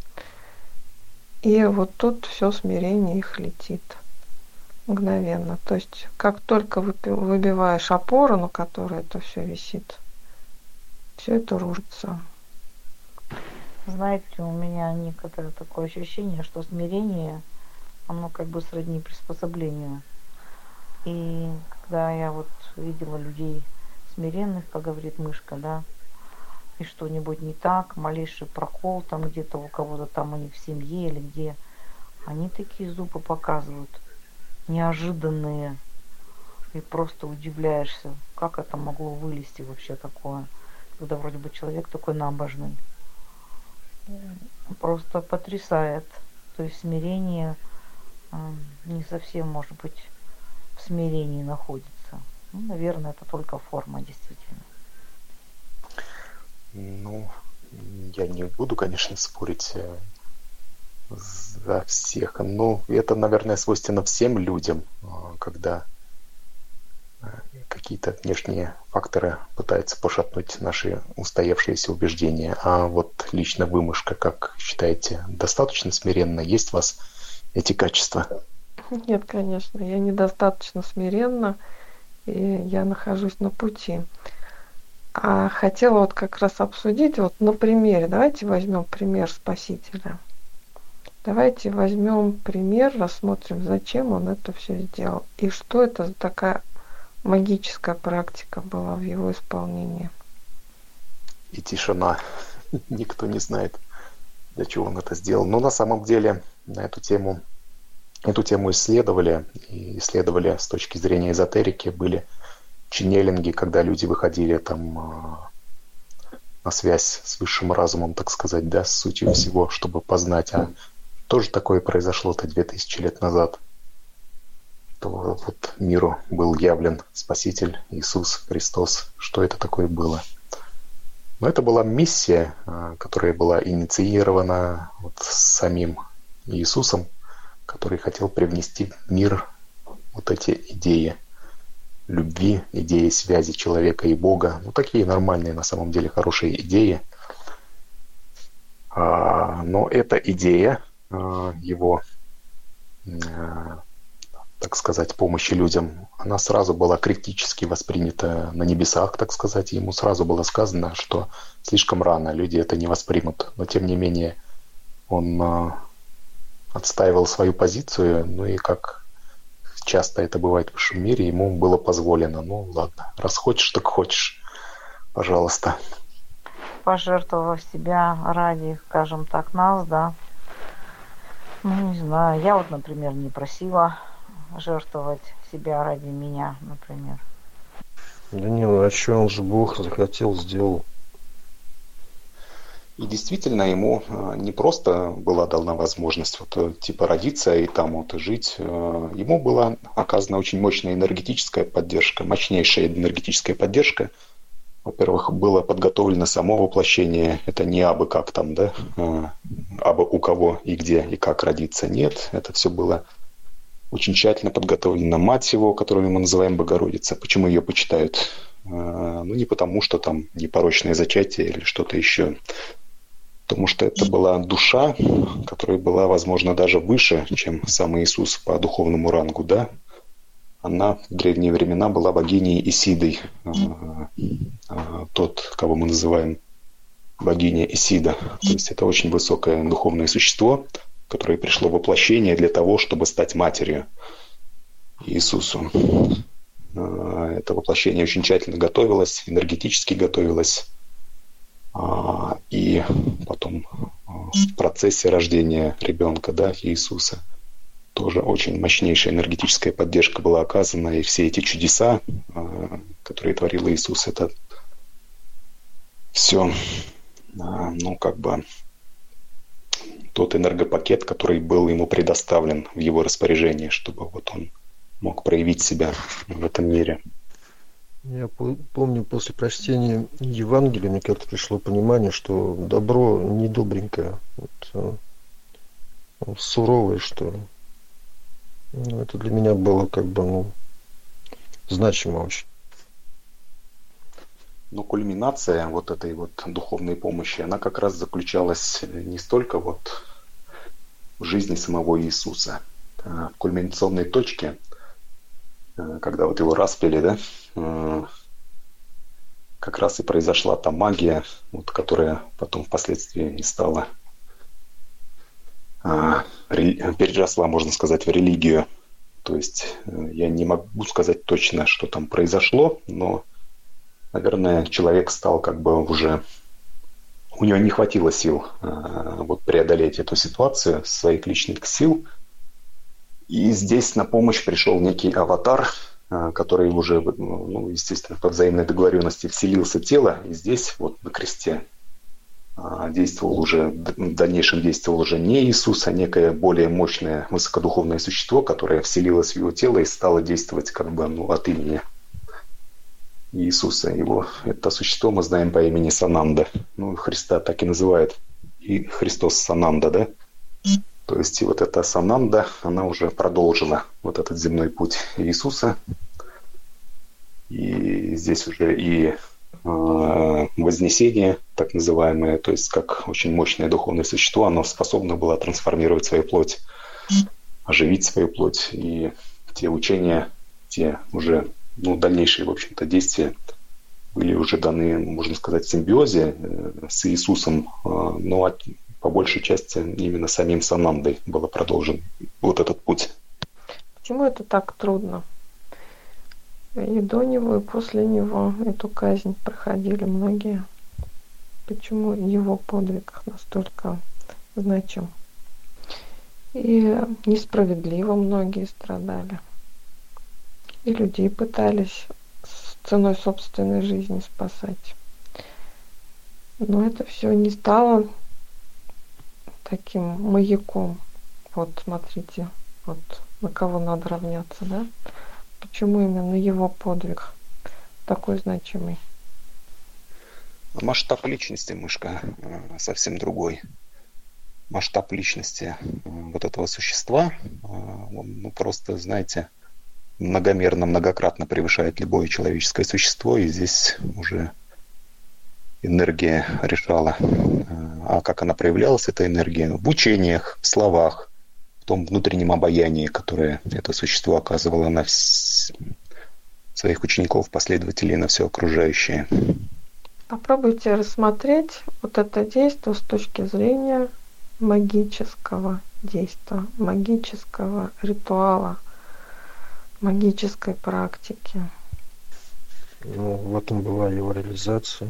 И вот тут все смирение их летит мгновенно. То есть как только выбиваешь опору, на которой это все висит, все это рушится. Знаете, у меня некоторое такое ощущение, что смирение, оно как бы сродни приспособлению. И когда я вот видела людей смиренных, как говорит Мышка, да, и что-нибудь не так, малейший прокол там где-то у кого-то там у них в семье или где, они такие зубы показывают, неожиданные, и просто удивляешься, как это могло вылезти вообще такое, когда вроде бы человек такой набожный. Просто потрясает. То есть смирение э, не совсем, может быть, в смирении находится. Ну, наверное, это только форма, действительно. Ну, я не буду, конечно, спорить за всех. Но это, наверное, свойственно всем людям, когда какие-то внешние факторы пытаются пошатнуть наши устоявшиеся убеждения. А вот лично вы, Мышка, как считаете, достаточно смиренно? Есть у вас эти качества? Нет, конечно, я недостаточно смиренна, и я нахожусь на пути. А хотела вот как раз обсудить вот на примере. Давайте возьмем пример Спасителя. Давайте возьмем пример, рассмотрим, зачем он это все сделал. И что это за такая магическая практика была в его исполнении. И тишина. Никто не знает, для чего он это сделал. Но на самом деле на эту тему, эту тему исследовали. И исследовали с точки зрения эзотерики. Были ченнелинги, когда люди выходили там на связь с высшим разумом, так сказать, да, с сутью всего, чтобы познать. А тоже такое произошло-то две тысячи лет назад. То вот миру был явлен Спаситель Иисус Христос. Что это такое было? Но это была миссия, которая была инициирована вот самим Иисусом, который хотел привнести в мир вот эти идеи любви, идеи связи человека и Бога. Ну, такие нормальные, на самом деле, хорошие идеи. Но эта идея его, так сказать, помощи людям, она сразу была критически воспринята на небесах, так сказать. Ему сразу было сказано, что слишком рано, люди это не воспримут. Но, тем не менее, он отстаивал свою позицию, ну и как часто это бывает в высшем мире, ему было позволено. Ну ладно, раз хочешь, так хочешь, пожалуйста. Пожертвовав себя ради, скажем так, нас, да. Ну, не знаю, я вот, например, не просила жертвовать себя ради меня, например. Да не, ну а что, он же Бог захотел, сделал. И действительно, ему не просто была дана возможность вот, типа родиться и там вот жить. Ему была оказана очень мощная энергетическая поддержка, мощнейшая энергетическая поддержка. Во-первых, было подготовлено само воплощение. Это не абы как там, да, абы у кого и где и как родиться. Нет, это все было очень тщательно подготовлена мать его, которую мы называем Богородица. Почему ее почитают? Ну, не потому, что там непорочное зачатие или что-то еще. Потому что это была душа, которая была, возможно, даже выше, чем сам Иисус по духовному рангу, да? она в древние времена была богиней Исидой. Тот, кого мы называем богиня Исида. То есть это очень высокое духовное существо, которое пришло в воплощение для того, чтобы стать матерью Иисусу. Это воплощение очень тщательно готовилось, энергетически готовилось. И потом в процессе рождения ребенка, да, Иисуса, тоже очень мощнейшая энергетическая поддержка была оказана, и все эти чудеса, которые творил Иисус, это все, ну, как бы тот энергопакет, который был ему предоставлен в его распоряжении, чтобы вот он мог проявить себя в этом мире. Я помню, после прочтения Евангелия мне как-то пришло понимание, что добро не добренькое, вот, суровое, что ли. Ну, это для меня было как бы, ну, значимо очень. Но кульминация вот этой вот духовной помощи, она как раз заключалась не столько вот в жизни самого Иисуса, а в кульминационной точке, когда вот его распяли, да, как раз и произошла та магия, вот, которая потом впоследствии и стала, переросла, можно сказать, в религию. То есть я не могу сказать точно, что там произошло, но, наверное, человек стал как бы уже... У него не хватило сил вот, преодолеть эту ситуацию, своих личных сил. И здесь на помощь пришел некий аватар, который уже, ну, естественно, по взаимной договоренности вселился в тело, и здесь вот на кресте действовал уже, в дальнейшем действовал уже не Иисус, а некое более мощное высокодуховное существо, которое вселилось в его тело и стало действовать как бы, ну, от имени Иисуса. Его, это существо мы знаем по имени Сананда. Ну, Христа так и называют. И Христос Сананда, да? То есть и вот эта Сананда, она уже продолжила вот этот земной путь Иисуса. И здесь уже и вознесение, так называемое, то есть как очень мощное духовное существо, оно способно было трансформировать свою плоть, оживить свою плоть. И те учения, те уже, ну, дальнейшие, в общем-то, действия были уже даны, можно сказать, в симбиозе с Иисусом, но по большей части именно самим Санандой было продолжен вот этот путь. Почему это так трудно? И до него, и после него эту казнь проходили многие. Почему его подвиг настолько значим? И несправедливо многие страдали. И людей пытались с ценой собственной жизни спасать. Но это все не стало таким маяком. Вот смотрите, вот на кого надо равняться, да? Почему именно его подвиг такой значимый? Масштаб личности, Мышка, совсем другой. Масштаб личности вот этого существа, он, ну, просто, знаете, многомерно, многократно превышает любое человеческое существо, и здесь уже энергия решала. А как она проявлялась, эта энергия? В учениях, в словах, в том внутреннем обаянии, которое это существо оказывало на вс... своих учеников, последователей, на все окружающее. Попробуйте рассмотреть вот это действие с точки зрения магического действия, магического ритуала, магической практики. Ну, в этом была его реализация.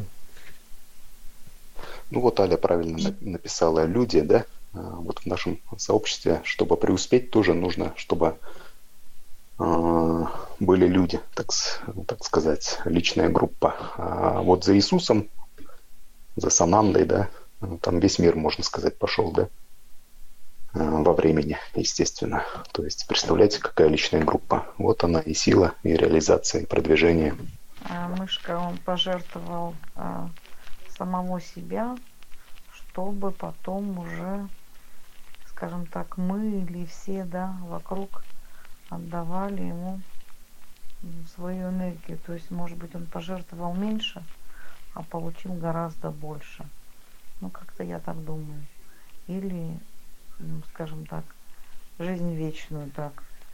Ну вот Аля правильно написала, люди, да, вот в нашем сообществе, чтобы преуспеть, тоже нужно, чтобы э, были люди, так, так сказать, личная группа. А вот за Иисусом, за Санандой, да, там весь мир, можно сказать, пошел, да, во времени, естественно. То есть, представляете, какая личная группа. Вот она и сила, и реализация, и продвижение. А Мышка, он пожертвовал а, самого себя, чтобы потом уже, скажем так, мы или все, да, вокруг отдавали ему свою энергию. То есть, может быть, он пожертвовал меньше, а получил гораздо больше. Ну, как-то я так думаю. Или, ну, скажем так, жизнь вечную так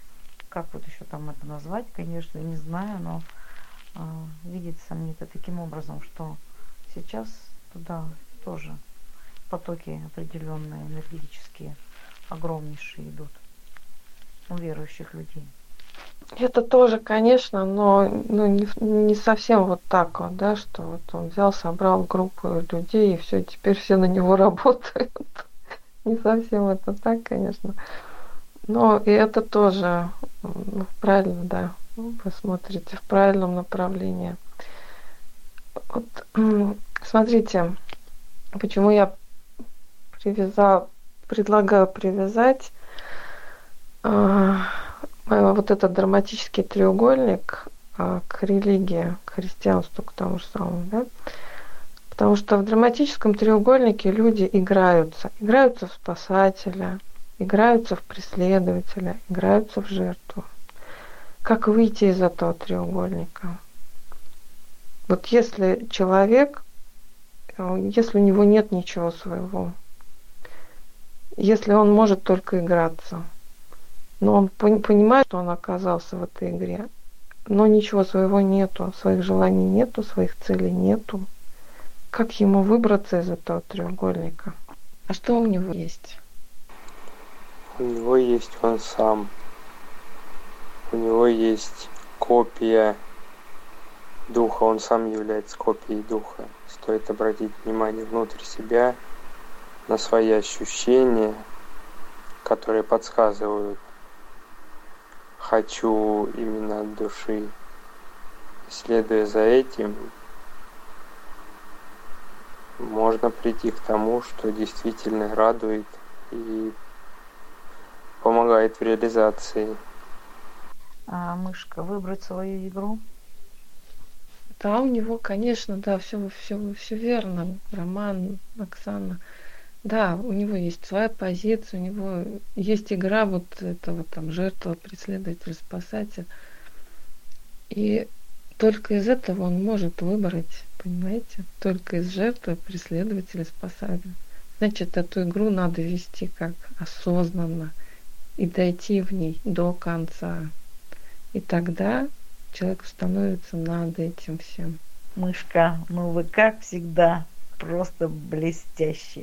как вот еще там это назвать, конечно, не знаю, но э, видится мне это таким образом, что сейчас туда тоже потоки определенные, энергетические, огромнейшие идут у верующих людей. Это тоже, конечно, но ну, не, не совсем вот так вот, да, что вот он взял, собрал группу людей, и все, теперь все на него работают. Не совсем это так, конечно. Но и это тоже ну, правильно, да, вы смотрите в правильном направлении. Вот, смотрите, почему я привязал, предлагаю привязать э, вот этот драматический треугольник э, к религии, к христианству, к тому же самому, да? Потому что в драматическом треугольнике люди играются, играются в спасателя, играются в преследователя, играются в жертву. Как выйти из этого треугольника? Вот если человек, если у него нет ничего своего, если он может только играться, но он понимает, что он оказался в этой игре, но ничего своего нету, своих желаний нету, своих целей нету, как ему выбраться из этого треугольника? А что у него есть? У него есть он сам. У него есть копия духа, он сам является копией духа. Стоит обратить внимание внутрь себя на свои ощущения, которые подсказывают «хочу именно от души». Следуя за этим, можно прийти к тому, что действительно радует и помогает в реализации. А мышка выбрать свою игру? Да, у него, конечно, да, все, все, все верно. Роман, Оксана. Да, у него есть своя позиция, у него есть игра вот этого там жертва, преследователь, спасатель. И только из этого он может выбрать, понимаете? Только из жертвы, преследователя, спасателя. Значит, эту игру надо вести как осознанно и дойти в ней до конца. И тогда человек становится над этим всем. Мышка, ну вы как всегда просто блестящие.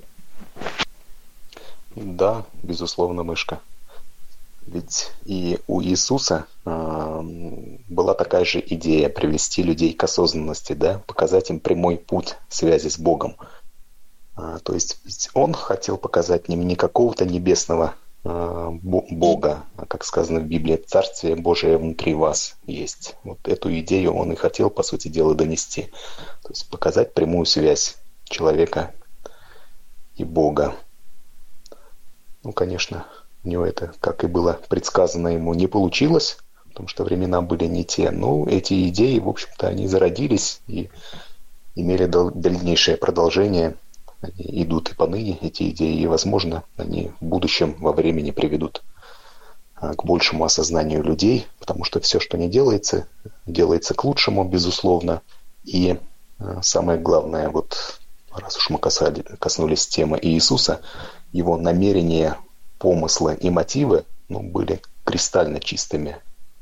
Да, безусловно, мышка. Ведь и у Иисуса э, была такая же идея привести людей к осознанности, да, показать им прямой путь связи с Богом. А, то есть он хотел показать не, не какого-то небесного э, Бога, а, как сказано в Библии, Царствие Божие внутри вас есть. Вот эту идею он и хотел, по сути дела, донести. То есть показать прямую связь человека и Бога. Ну, конечно, у него это, как и было предсказано ему, не получилось, потому что времена были не те. Но эти идеи, в общем-то, они зародились и имели дальнейшее продолжение. Они идут и поныне, эти идеи, и, возможно, они в будущем во времени приведут к большему осознанию людей, потому что все, что не делается, делается к лучшему, безусловно. И самое главное, вот раз уж мы касали, коснулись темы Иисуса, его намерения, помыслы и мотивы ну, были кристально чистыми.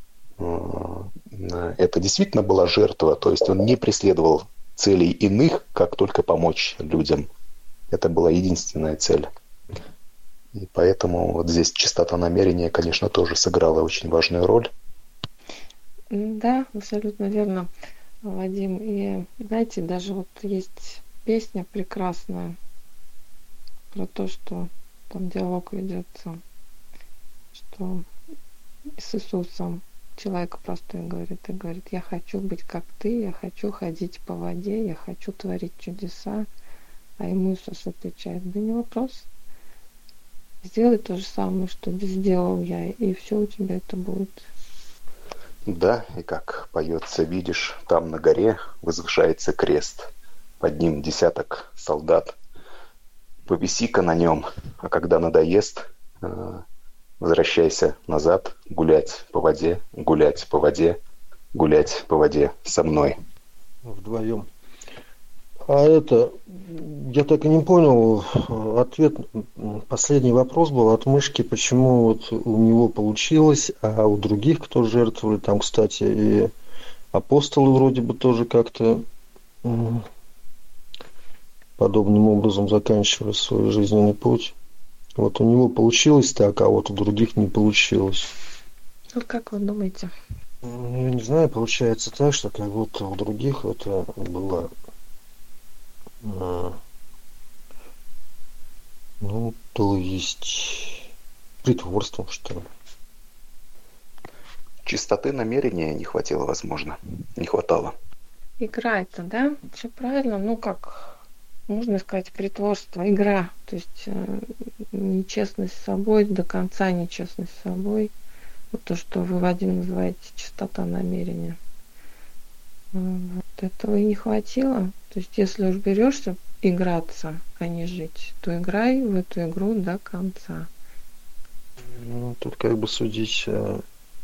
Это действительно была жертва, то есть он не преследовал целей иных, как только помочь людям. Это была единственная цель. И поэтому вот здесь чистота намерения, конечно, тоже сыграла очень важную роль. Да, абсолютно верно, Вадим. И знаете, даже вот есть песня прекрасная про то, что там диалог ведется, что с Иисусом человек простой говорит и говорит: я хочу быть как ты, я хочу ходить по воде, я хочу творить чудеса. А ему Иисус отвечает: да не вопрос, сделай то же самое, что сделал я, и все у тебя это будет. Да, и как поется, видишь, там на горе возвышается крест, под ним десяток солдат. Повиси-ка на нем, а когда надоест, возвращайся назад, гулять по воде, гулять по воде, гулять по воде со мной. Вдвоем. А это, я так и не понял, ответ, последний вопрос был от Мышки, почему вот у него получилось, а у других, кто жертвовали, там, кстати, и апостолы вроде бы тоже как-то м, подобным образом заканчивали свой жизненный путь. Вот у него получилось так, а вот у других не получилось. Вот как вы думаете? Ну, я не знаю, получается так, что как будто у других это было, а, ну, то есть притворством, что ли. Чистоты намерения не хватило, возможно. Не хватало. Игра это, да? Все правильно. Ну, как можно сказать, притворство, игра. То есть э, нечестность с собой, до конца нечестность с собой. Вот то, что вы, Вадим, называете чистота намерения. Вот этого и не хватило. То есть если уж берешься играться, а не жить, то играй в эту игру до конца. Ну, тут как бы судить о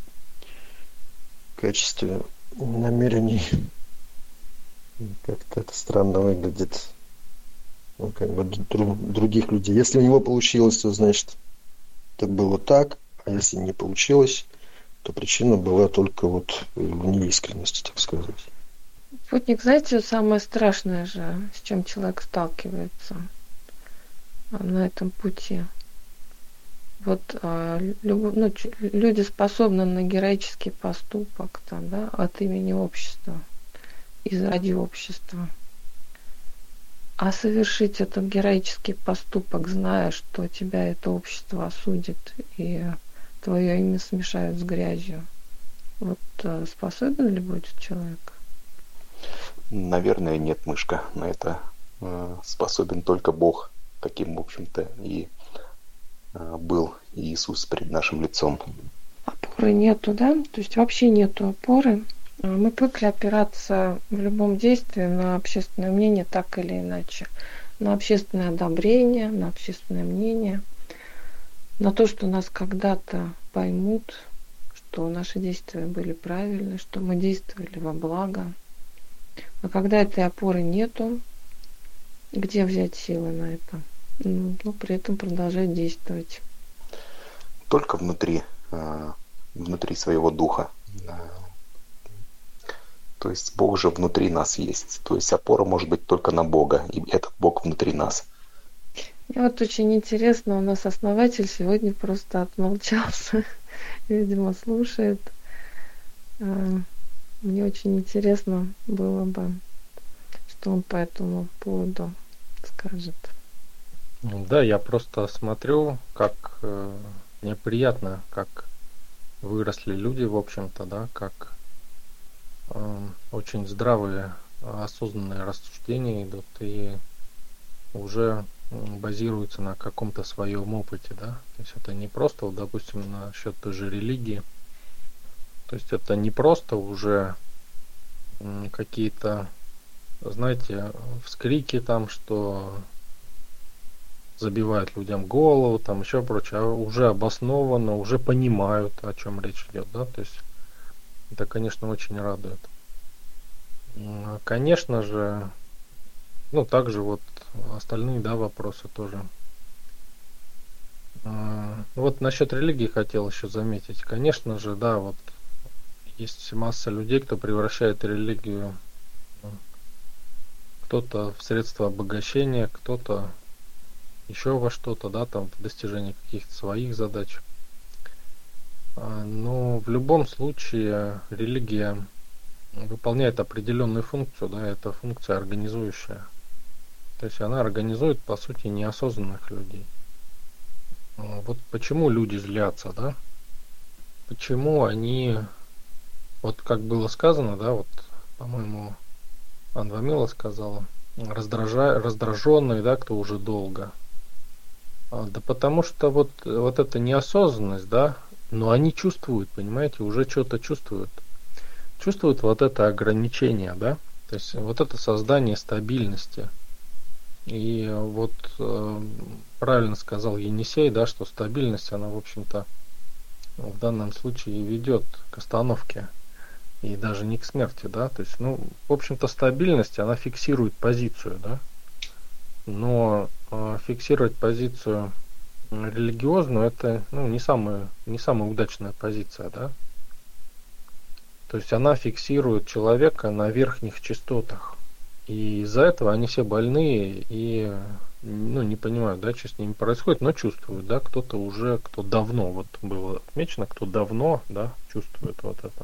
качестве намерений как-то это странно выглядит. Ну, как бы дру- других людей. Если у него получилось, то значит это было так, а если не получилось, то причина была только вот в неискренности, так сказать. Путник, знаете, самое страшное же, с чем человек сталкивается на этом пути. Вот а, люб- ну, ч- люди способны на героический поступок там, да, от имени общества, из ради общества. А совершить этот героический поступок, зная, что тебя это общество осудит и твое имя смешают с грязью, вот а, способен ли будет человек? Наверное, нет, Мышка. На это э, способен только Бог, каким, в общем-то, и э, был Иисус перед нашим лицом. Опоры нету, да? То есть вообще нету опоры. А мы привыкли опираться в любом действии на общественное мнение так или иначе. На общественное одобрение, на общественное мнение, на то, что нас когда-то поймут, что наши действия были правильны, что мы действовали во благо. А когда этой опоры нету, где взять силы на это? Ну, ну, при этом продолжать действовать. Только внутри, э, внутри своего духа. Э, То есть Бог же внутри нас есть. То есть опора может быть только на Бога. И этот Бог внутри нас. Мне вот очень интересно, у нас основатель сегодня просто отмолчался. Видимо, слушает. А, Мне очень интересно было бы, что он по этому поводу скажет. Ну да, я просто смотрю, как э, мне приятно, как выросли люди, в общем-то, да, как э, очень здравые, осознанные рассуждения идут и уже м, базируются на каком-то своем опыте, да. То есть это не просто, вот, допустим, насчет той же религии. То есть это не просто уже м, какие-то, знаете, вскрики там, что забивают людям голову, там еще прочее, а уже обоснованно, уже понимают, о чем речь идет, да, то есть это, конечно, очень радует. М, Конечно же, ну, также вот остальные, да, вопросы тоже. А, Вот насчет религии хотел еще заметить. Конечно же, да, вот есть масса людей, кто превращает религию, ну, кто-то в средство обогащения, кто-то еще во что-то, да, там в достижении каких-то своих задач. А, Но в любом случае религия выполняет определенную функцию, да, это функция организующая. То есть она организует, по сути, неосознанных людей. А, Вот почему люди злятся, да? Почему они, вот как было сказано, да, вот, по-моему, Анвамила сказала, раздража... раздраженные, да, кто уже долго. А, Да потому что вот, вот эта неосознанность, да, но они чувствуют, понимаете, уже что-то чувствуют. Чувствуют вот это ограничение, да, то есть вот это создание стабильности. И вот э, правильно сказал Енисей, да, что стабильность, она, в общем-то, в данном случае ведет к остановке и даже не к смерти, да, то есть, ну, в общем-то, стабильность, она фиксирует позицию, да, но э, фиксировать позицию религиозную, это, ну, не самая, не самая удачная позиция, да, то есть она фиксирует человека на верхних частотах, и из-за этого они все больные и, ну, не понимают, да, что с ними происходит, но чувствуют, да, кто-то уже, кто давно, вот было отмечено, кто давно, да, чувствует вот это.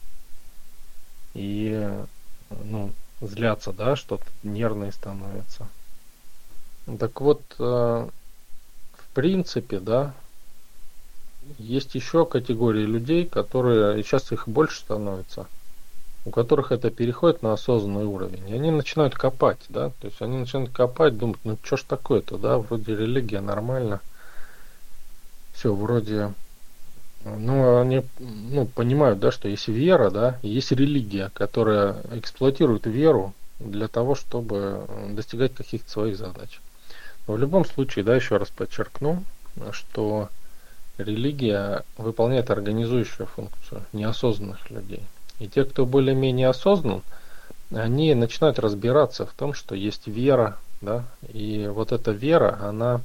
И, ну, злятся, да, что-то нервные становятся. Так вот, э, в принципе, да, есть еще категории людей, которые, и сейчас их больше становится, у которых это переходит на осознанный уровень. И они начинают копать, да, то есть они начинают копать, думать, ну что ж такое-то, да, вроде религия нормально, все вроде, ну они, ну, понимают, да, что есть вера, да, и есть религия, которая эксплуатирует веру для того, чтобы достигать каких-то своих задач. Но в любом случае, да, еще раз подчеркну, что религия выполняет организующую функцию неосознанных людей. И те, кто более-менее осознан, они начинают разбираться в том, что есть вера, да, и вот эта вера, она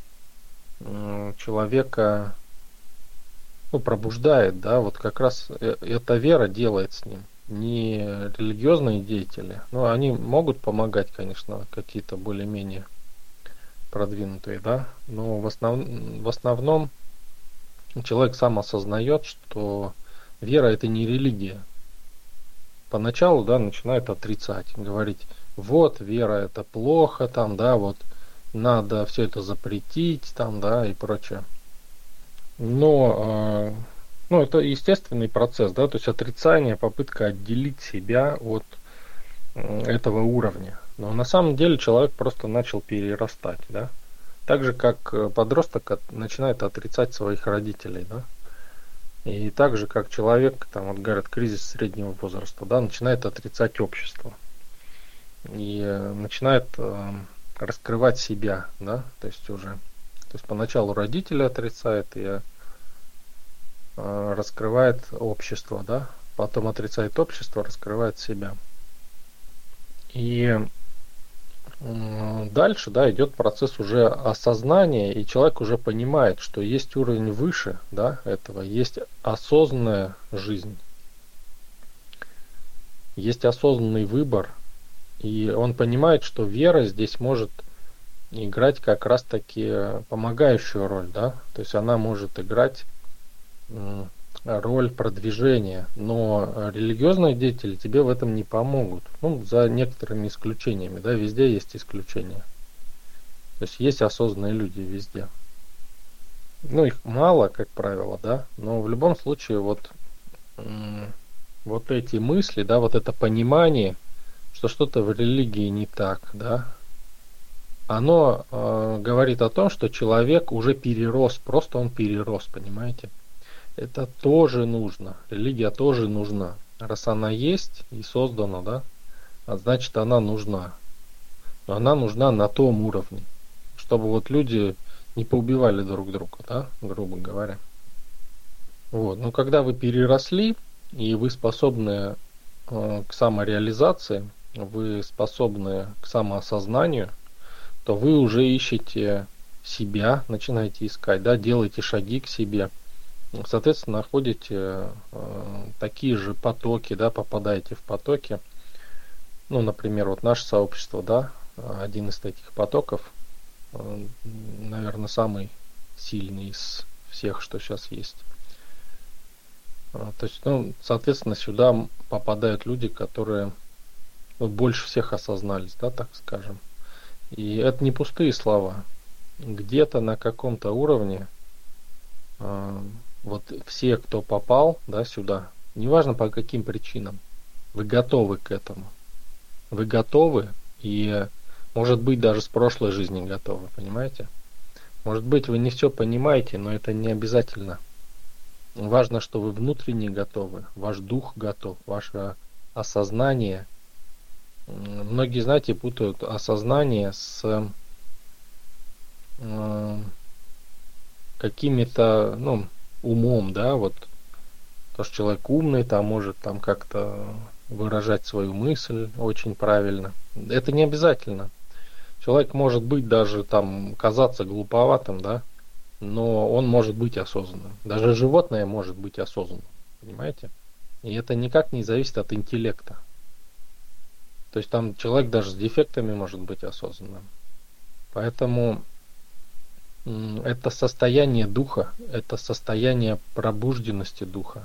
человека, ну, пробуждает, да, вот как раз эта вера делает с ним. Не религиозные деятели, но они могут помогать, конечно, какие-то более-менее продвинутые, да, но в, основ... в основном человек сам осознает, что вера это не религия. Поначалу, да, начинает отрицать, говорить, вот, вера это плохо, там, да, вот, надо все это запретить, там, да, и прочее. Но, э, ну, это естественный процесс, да, то есть отрицание, попытка отделить себя от э, этого уровня. Но на самом деле человек просто начал перерастать, да. Так же, как подросток от, начинает отрицать своих родителей, да. И так же, как человек, там, вот говорят, кризис среднего возраста, да, начинает отрицать общество. И э, начинает э, раскрывать себя, да, то есть уже, то есть поначалу родители отрицают и э, раскрывает общество, да, потом отрицает общество, раскрывает себя. И дальше, да, идет процесс уже осознания, и человек уже понимает, что есть уровень выше, да, этого, есть осознанная жизнь, есть осознанный выбор, и он понимает, что вера здесь может играть как раз-таки помогающую роль, да, то есть она может играть роль продвижения, но религиозные деятели тебе в этом не помогут. Ну, за некоторыми исключениями, да, везде есть исключения. То есть есть осознанные люди везде. Ну, их мало, как правило, да, но в любом случае вот, вот эти мысли, да, вот это понимание, что что-то в религии не так, да, оно э, говорит о том, что человек уже перерос, просто он перерос, понимаете? Это тоже нужно. Религия тоже нужна. Раз она есть и создана, да, а значит она нужна. Но она нужна на том уровне, чтобы вот люди не поубивали друг друга, да, грубо говоря. Вот. Но когда вы переросли и вы способны э, к самореализации, вы способны к самоосознанию, то вы уже ищете себя, начинаете искать, да, делаете шаги к себе. Соответственно, находите э, такие же потоки, да, попадаете в потоки. Ну, например, вот наше сообщество, да, один из таких потоков, э, наверное, самый сильный из всех, что сейчас есть. Э, то есть, ну, соответственно, сюда попадают люди, которые, ну, больше всех осознались, да, так скажем. И это не пустые слова. Где-то на каком-то уровне э, вот все, кто попал, да, сюда, неважно по каким причинам, вы готовы к этому. Вы готовы, и, может быть, даже с прошлой жизни готовы, понимаете? Может быть, вы не все понимаете, но это не обязательно. Важно, что вы внутренне готовы, ваш дух готов, ваше осознание. Многие, знаете, путают осознание с э, какими-то, ну, умом, да, вот. то, что человек умный, там может там как-то выражать свою мысль очень правильно. Это не обязательно. Человек может быть даже там казаться глуповатым, да, но он может быть осознанным. Даже животное может быть осознанным, понимаете? И это никак не зависит от интеллекта. То есть там человек даже с дефектами может быть осознанным. Поэтому это состояние духа, это состояние пробужденности духа.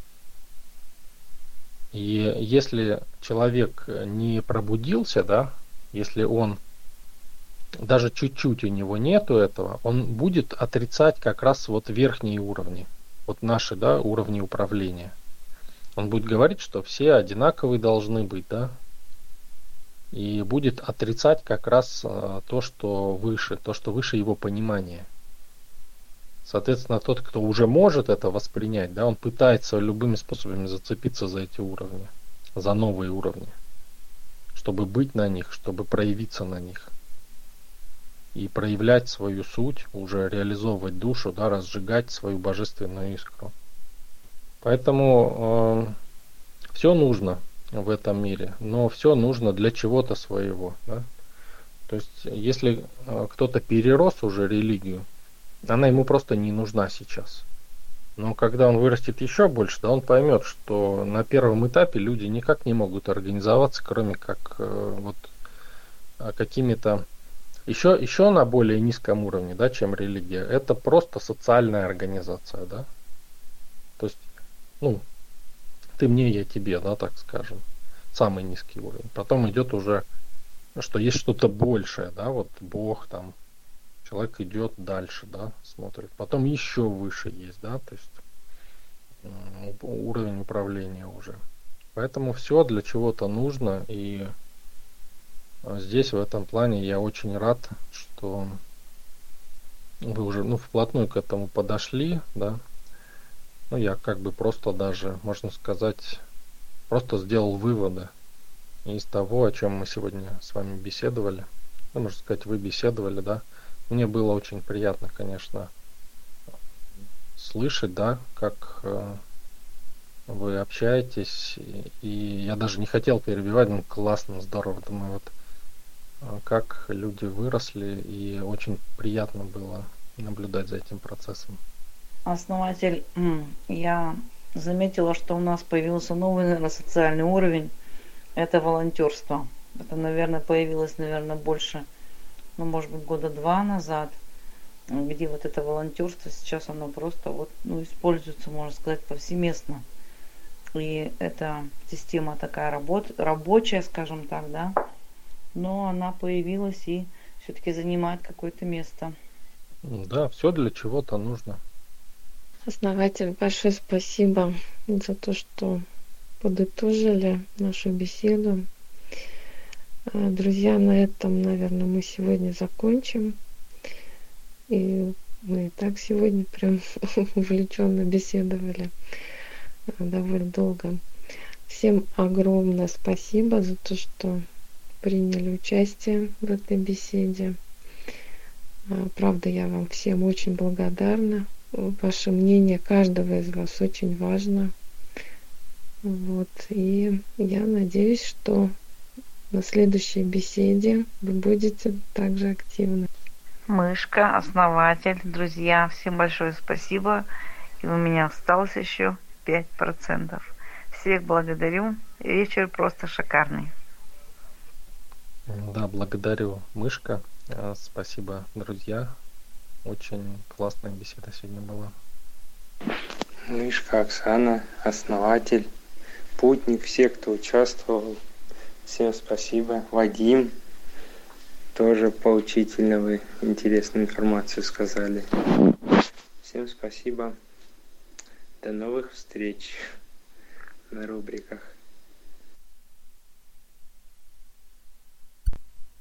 И если человек не пробудился, да, если он даже чуть-чуть у него нету этого, он будет отрицать как раз вот верхние уровни, вот наши, да, уровни управления. Он будет говорить, что все одинаковые должны быть, да, и будет отрицать как раз а, то, что выше, то, что выше его понимания. Соответственно, тот, кто уже может это воспринять, да, он пытается любыми способами зацепиться за эти уровни, за новые уровни, чтобы быть на них, чтобы проявиться на них. И проявлять свою суть, уже реализовывать душу, да, разжигать свою божественную искру. Поэтому э, все нужно в этом мире, но все нужно для чего-то своего. Да? То есть, если э, кто-то перерос уже религию, она ему просто не нужна сейчас. Но когда он вырастет еще больше, да, он поймет, что на первом этапе люди никак не могут организоваться, кроме как э, вот какими-то еще, еще на более низком уровне, да, чем религия. Это просто социальная организация, да. То есть, ну, ты мне, я тебе, да, так скажем. Самый низкий уровень. Потом идет уже, что есть что-то большее, да, вот Бог там. Человек идет дальше, да, смотрит. Потом еще выше есть, да, то есть уровень управления уже. Поэтому все для чего-то нужно, и здесь в этом плане я очень рад, что вы уже, ну, вплотную к этому подошли, да. Ну, я как бы просто даже, можно сказать, просто сделал выводы из того, о чем мы сегодня с вами беседовали. Ну, можно сказать, вы беседовали, да. Мне было очень приятно, конечно, слышать, да, как э, вы общаетесь. И, и я даже не хотел перебивать, ну классно, здорово. Думаю, вот э, как люди выросли, и очень приятно было наблюдать за этим процессом. Основатель, я заметила, что у нас появился новый, наверное, социальный уровень. Это волонтерство. Это, наверное, появилось, наверное, больше, ну, может быть, года два назад, где вот это волонтерство сейчас оно просто вот, ну, используется, можно сказать, повсеместно. И эта система такая работ, рабочая, скажем так, да, но она появилась и все-таки занимает какое-то место. Да, все для чего-то нужно. Основатель, большое спасибо за то, что подытожили нашу беседу. Друзья, на этом, наверное, мы сегодня закончим. И мы и так сегодня прям увлеченно беседовали довольно долго. Всем огромное спасибо за то, что приняли участие в этой беседе. Правда, я вам всем очень благодарна. Ваше мнение каждого из вас очень важно. Вот. И я надеюсь, что на следующей беседе вы будете также активны. Мышка, основатель, друзья, всем большое спасибо. И у меня осталось еще пять процентов. Всех благодарю. Вечер просто шикарный. Да, благодарю, Мышка. Спасибо, друзья. Очень классная беседа сегодня была. Мышка, Оксана, основатель, путник, все, кто участвовал. Всем спасибо. Вадим, тоже поучительно вы интересную информацию сказали. Всем спасибо. До новых встреч на рубриках.